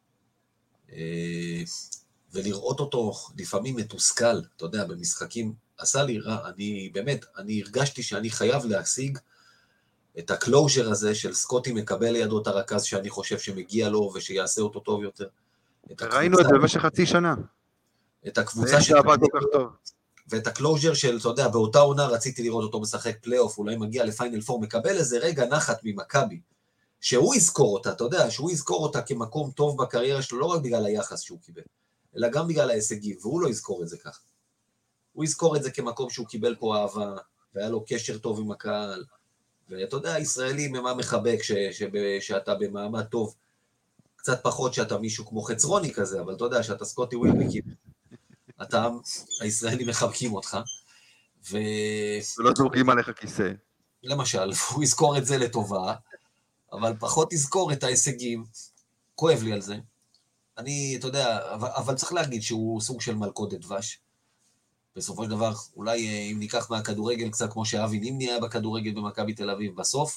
Speaker 4: ולראות אותו לפעמים מתוסכל, אתה יודע, במשחקים, עשה לי רע, אני באמת, אני הרגשתי שאני חייב להשיג את הקלוז'ר הזה של סקוטי מקבל לידו את הרכז שאני חושב שמגיע לו ושיעשה אותו טוב יותר.
Speaker 2: ראינו את זה במשך חצי שנה.
Speaker 4: את הקבוצה של... ואת הקלוז'ר של, אתה יודע, באותה עונה רציתי לראות אותו משחק פלייאוף, אולי מגיע לפיינל פור, מקבל איזה רגע נחת ממכבי, שהוא יזכור אותה, אתה יודע, שהוא יזכור אותה כמקום טוב בקריירה שלו, לא רק בגלל היחס שהוא קיבל, אלא גם בגלל ההישגים, והוא לא יזכור את זה כך. הוא יזכור את זה כמקום שהוא קיבל פה אהבה, והיה לו קשר טוב עם הקהל, ואתה יודע, הישראלים הם מה מחבק ש, שב, שאתה במעמד טוב, קצת פחות שאתה מישהו כמו חצרוני כזה, אבל אתה יודע, שאתה סקוטי ווילבקין, אתה, הישראלים מחבקים אותך, ו...
Speaker 2: ולא זורקים עליך כיסא.
Speaker 4: למשל, הוא יזכור את זה לטובה, אבל פחות יזכור את ההישגים, כואב לי על זה. אני, אתה יודע, אבל, אבל צריך להגיד שהוא סוג של מלכודת דבש. בסופו של דבר, אולי אם ניקח מהכדורגל קצת כמו שאבי נימני היה בכדורגל במכבי תל אביב בסוף,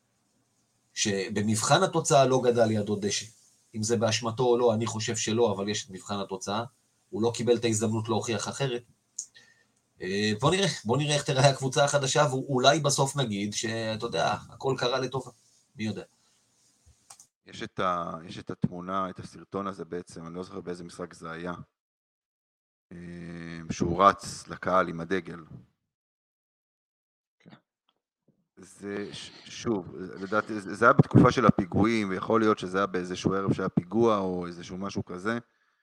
Speaker 4: שבמבחן התוצאה לא גדל לידו דשא. אם זה באשמתו או לא, אני חושב שלא, אבל יש את מבחן התוצאה. הוא לא קיבל את ההזדמנות להוכיח אחרת. בוא נראה, בוא נראה איך תראה הקבוצה החדשה, ואולי בסוף נגיד שאתה יודע, הכל קרה לטובה. מי יודע?
Speaker 2: יש את, ה, יש את התמונה, את הסרטון הזה בעצם, אני לא זוכר באיזה משחק זה היה, שהוא רץ לקהל עם הדגל. זה, שוב, לדעתי, זה היה בתקופה של הפיגועים, ויכול להיות שזה היה באיזשהו ערב שהיה פיגוע, או איזשהו משהו כזה.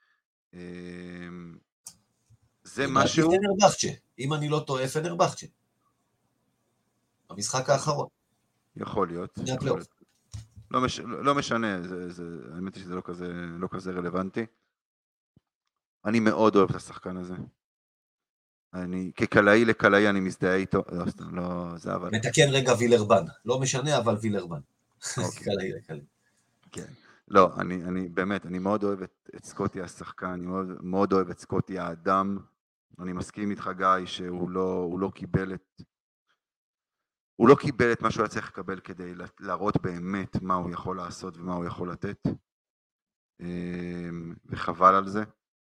Speaker 2: זה משהו...
Speaker 4: פנרבחצ'ה, אם אני לא טועה, פנרבחצ'ה. המשחק האחרון.
Speaker 2: יכול להיות. יכול להיות. לא, מש... לא משנה, זה, זה... האמת היא שזה לא כזה, לא כזה רלוונטי. אני מאוד אוהב את השחקן הזה. אני, כקלעי לקלעי אני מזדהה איתו, לא, סתם, לא, זה אבל...
Speaker 4: מתקן רגע וילרבן, לא משנה, אבל וילרבן. קלעי לקלעי.
Speaker 2: כן. לא, אני, אני באמת, אני מאוד אוהב את, את סקוטי השחקן, אני מאוד, מאוד אוהב את סקוטי האדם. אני מסכים איתך גיא שהוא לא, הוא לא קיבל את... הוא לא קיבל את מה שהוא היה צריך לקבל כדי להראות באמת מה הוא יכול לעשות ומה הוא יכול לתת. וחבל על זה.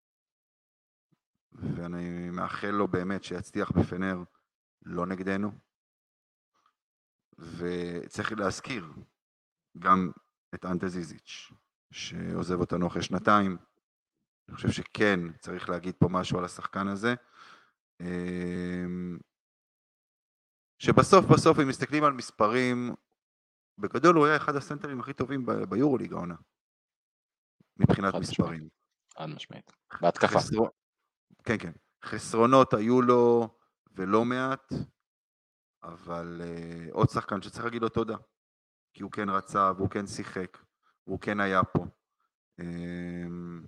Speaker 2: ואני מאחל לו באמת שיצליח בפנר לא נגדנו. וצריך להזכיר גם את אנטה זיזיץ' שעוזב אותנו אחרי שנתיים. אני חושב שכן צריך להגיד פה משהו על השחקן הזה. שבסוף בסוף אם מסתכלים על מספרים, בגדול הוא היה אחד הסנטרים הכי טובים ביורוליג העונה. מבחינת מספרים.
Speaker 3: עד משמעית. בהתקפה.
Speaker 2: חסר... כן, כן. חסרונות היו לו ולא מעט, אבל uh, עוד שחקן שצריך להגיד לו תודה. כי הוא כן רצה, והוא כן שיחק, והוא כן היה פה. Um...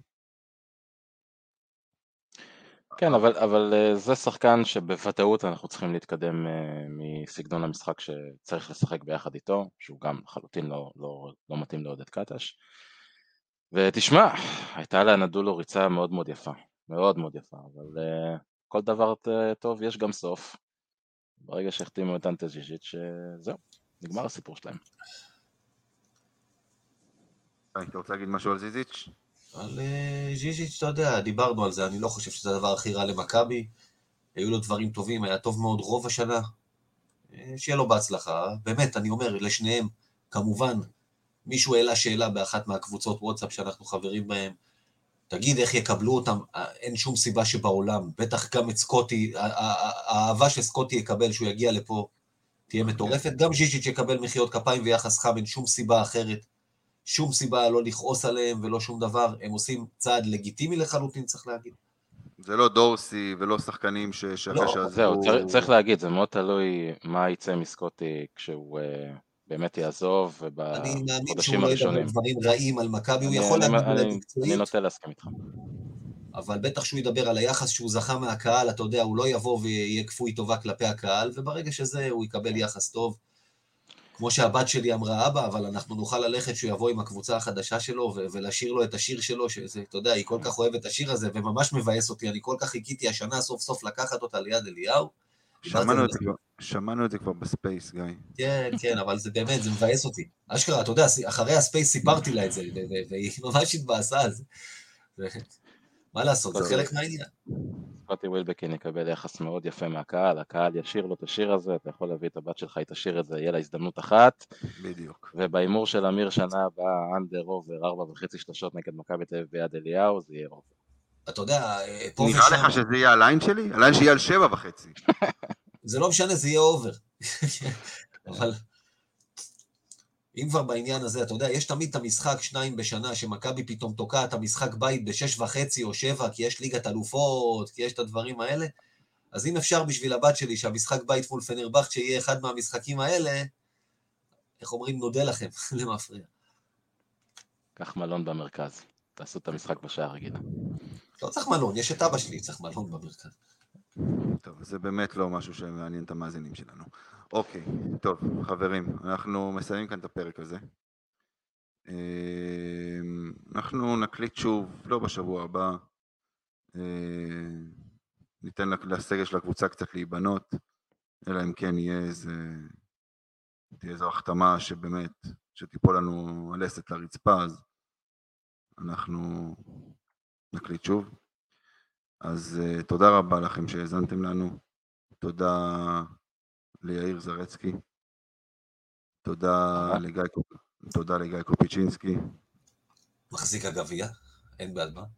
Speaker 3: כן, אבל, אבל זה שחקן שבוודאות אנחנו צריכים להתקדם מסגנון המשחק שצריך לשחק ביחד איתו, שהוא גם חלוטין לא, לא, לא מתאים לעודד קטש. ותשמע, הייתה לאנדולו ריצה מאוד מאוד יפה, מאוד מאוד יפה, אבל uh, כל דבר טוב יש גם סוף. ברגע שהחתימו את אנטה זיזיץ' שזהו, נגמר הסיפור שלהם.
Speaker 2: אתה רוצה להגיד משהו על זיזיץ'?
Speaker 4: על זיזיץ', אתה יודע, דיברנו על זה, אני לא חושב שזה הדבר הכי רע למכבי, היו לו דברים טובים, היה טוב מאוד רוב השנה, שיהיה לו בהצלחה, באמת, אני אומר, לשניהם, כמובן, מישהו העלה שאלה באחת מהקבוצות וואטסאפ שאנחנו חברים בהם, תגיד איך יקבלו אותם, אין שום סיבה שבעולם, בטח גם את סקוטי, האהבה שסקוטי יקבל שהוא יגיע לפה, תהיה מטורפת, גם ז'יז'יץ' יקבל מחיאות כפיים ויחס חם, אין שום סיבה אחרת, שום סיבה לא לכעוס עליהם ולא שום דבר, הם עושים צעד לגיטימי לחלוטין, צריך להגיד.
Speaker 2: זה לא דורסי ולא שחקנים שאחרי
Speaker 3: לא,
Speaker 2: שעזבו...
Speaker 3: זהו, צריך, צריך להגיד, זה מאוד תלוי מה יצא מסקוטי כשהוא uh, באמת יעזוב
Speaker 4: אני מאמין שהוא
Speaker 3: בחודשים
Speaker 4: לא ידבר
Speaker 3: הראשונים.
Speaker 4: דברים רעים על מכבי, הוא
Speaker 3: אני,
Speaker 4: יכול
Speaker 3: אני,
Speaker 4: להגיד
Speaker 3: אני,
Speaker 4: עליהם
Speaker 3: אני
Speaker 4: מקצועית,
Speaker 3: נוטה להסכים איתך.
Speaker 4: אבל בטח שהוא ידבר על היחס שהוא זכה מהקהל, אתה יודע, הוא לא יבוא ויהיה כפוי טובה כלפי הקהל, וברגע שזה הוא יקבל יחס טוב, כמו שהבת שלי אמרה, אבא, אבל אנחנו נוכל ללכת שהוא יבוא עם הקבוצה החדשה שלו, ו- ולשיר לו את השיר שלו, שזה, אתה יודע, היא כל כך אוהבת את השיר הזה, וממש מבאס אותי, אני כל כך חיכיתי השנה סוף סוף לקחת אותה ליד אליהו.
Speaker 2: שמענו את, זה כבר, שמענו את זה כבר בספייס, גיא.
Speaker 4: כן, כן, אבל זה באמת, זה מבאס אותי. אשכרה, אתה יודע, אחרי הספייס סיפרתי לה את זה, ו- ו- והיא ממש התבאסה על זה. מה לעשות, זה חלק מהעניין.
Speaker 3: סקוטי ווילבקין יקבל יחס מאוד יפה מהקהל, הקהל ישיר לו את השיר הזה, אתה יכול להביא את הבת שלך, היא תשיר את זה, יהיה לה הזדמנות אחת.
Speaker 2: בדיוק.
Speaker 3: ובאימור של אמיר שנה הבאה, אנדר אובר, ארבע וחצי שלושות נגד מכבי תל אביב ביד אליהו, זה יהיה אובר.
Speaker 4: אתה יודע, פה ושם...
Speaker 2: נראה לך שזה יהיה הליין שלי? הליין שיהיה על שבע וחצי.
Speaker 4: זה לא משנה, זה יהיה אובר. אבל... אם כבר בעניין הזה, אתה יודע, יש תמיד את המשחק שניים בשנה, שמכבי פתאום תוקע את המשחק בית בשש וחצי או שבע, כי יש ליגת אלופות, כי יש את הדברים האלה, אז אם אפשר בשביל הבת שלי, שהמשחק בית מול פנרבכט שיהיה אחד מהמשחקים האלה, איך אומרים, נודה לכם, למפריע.
Speaker 3: קח מלון במרכז, תעשו את המשחק בשעה הרגילה.
Speaker 4: לא צריך מלון, יש את אבא שלי, צריך מלון במרכז.
Speaker 2: טוב, זה באמת לא משהו שמעניין את המאזינים שלנו. אוקיי, טוב, חברים, אנחנו מסיימים כאן את הפרק הזה. אנחנו נקליט שוב, לא בשבוע הבא, ניתן לסגל של הקבוצה קצת להיבנות, אלא אם כן יהיה איזה, תהיה איזו החתמה שבאמת, שתיפול לנו הלסת לרצפה, אז אנחנו נקליט שוב. אז uh, תודה רבה לכם שהאזנתם לנו, תודה ליאיר זרצקי, תודה לגיא, תודה לגיא קופיצ'ינסקי.
Speaker 4: מחזיק הגביע, אין בעד מה.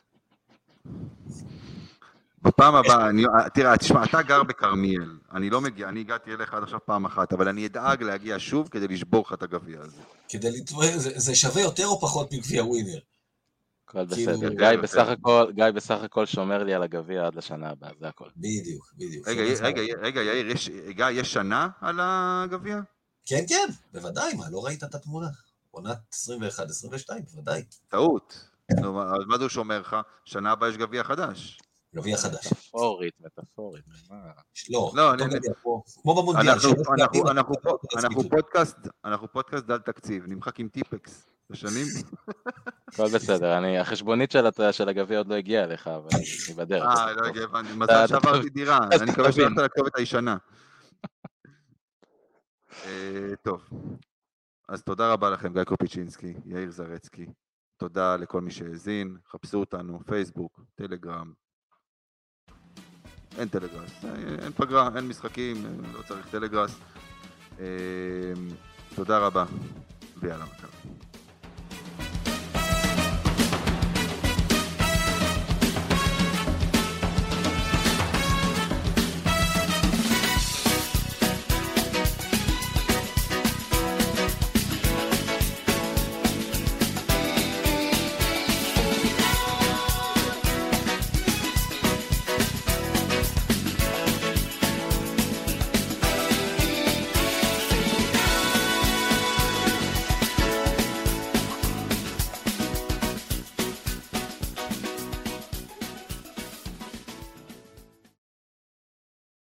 Speaker 2: בפעם הבאה, אני, תראה, תשמע, אתה גר בקרמיאל, אני לא מגיע, אני הגעתי אליך עד עכשיו פעם אחת, אבל אני אדאג להגיע שוב כדי לשבור לך את הגביע הזה.
Speaker 4: כדי לתבוע, זה, זה שווה יותר או פחות מגביע ווינר?
Speaker 3: הכל בסדר, גיא בסך הכל, גיא בסך הכל שומר לי על הגביע עד לשנה הבאה, זה הכל.
Speaker 4: בדיוק, בדיוק.
Speaker 2: רגע, רגע, רגע, יאיר, יש, גיא, יש שנה על הגביע?
Speaker 4: כן, כן, בוודאי, מה, לא ראית את התמונה? עונת עשרים ואחת עשרים ושתיים, בוודאי.
Speaker 2: טעות. אז מה זה הוא שומר לך? שנה הבאה יש גביע חדש.
Speaker 4: גביע חדש.
Speaker 3: מטאפורית, מטאפורית.
Speaker 4: לא,
Speaker 2: לא,
Speaker 4: כמו במונדיאל.
Speaker 2: אנחנו פודקאסט, אנחנו פודקאסט דל תקציב, נמחק עם טיפקס. בשנים?
Speaker 3: הכל בסדר, אני, החשבונית של הגביע עוד לא הגיעה אליך, אבל אני בדרך.
Speaker 2: אה, לא הגיע, מזל שעברתי דירה, אני מקווה שהלכת לכתובת הישנה. טוב, אז תודה רבה לכם, גיא קופיצ'ינסקי, יאיר זרצקי, תודה לכל מי שהאזין, חפשו אותנו, פייסבוק, טלגרם, אין טלגרס, אין פגרה, אין משחקים, לא צריך טלגרס. תודה רבה, ויאללה מכבי.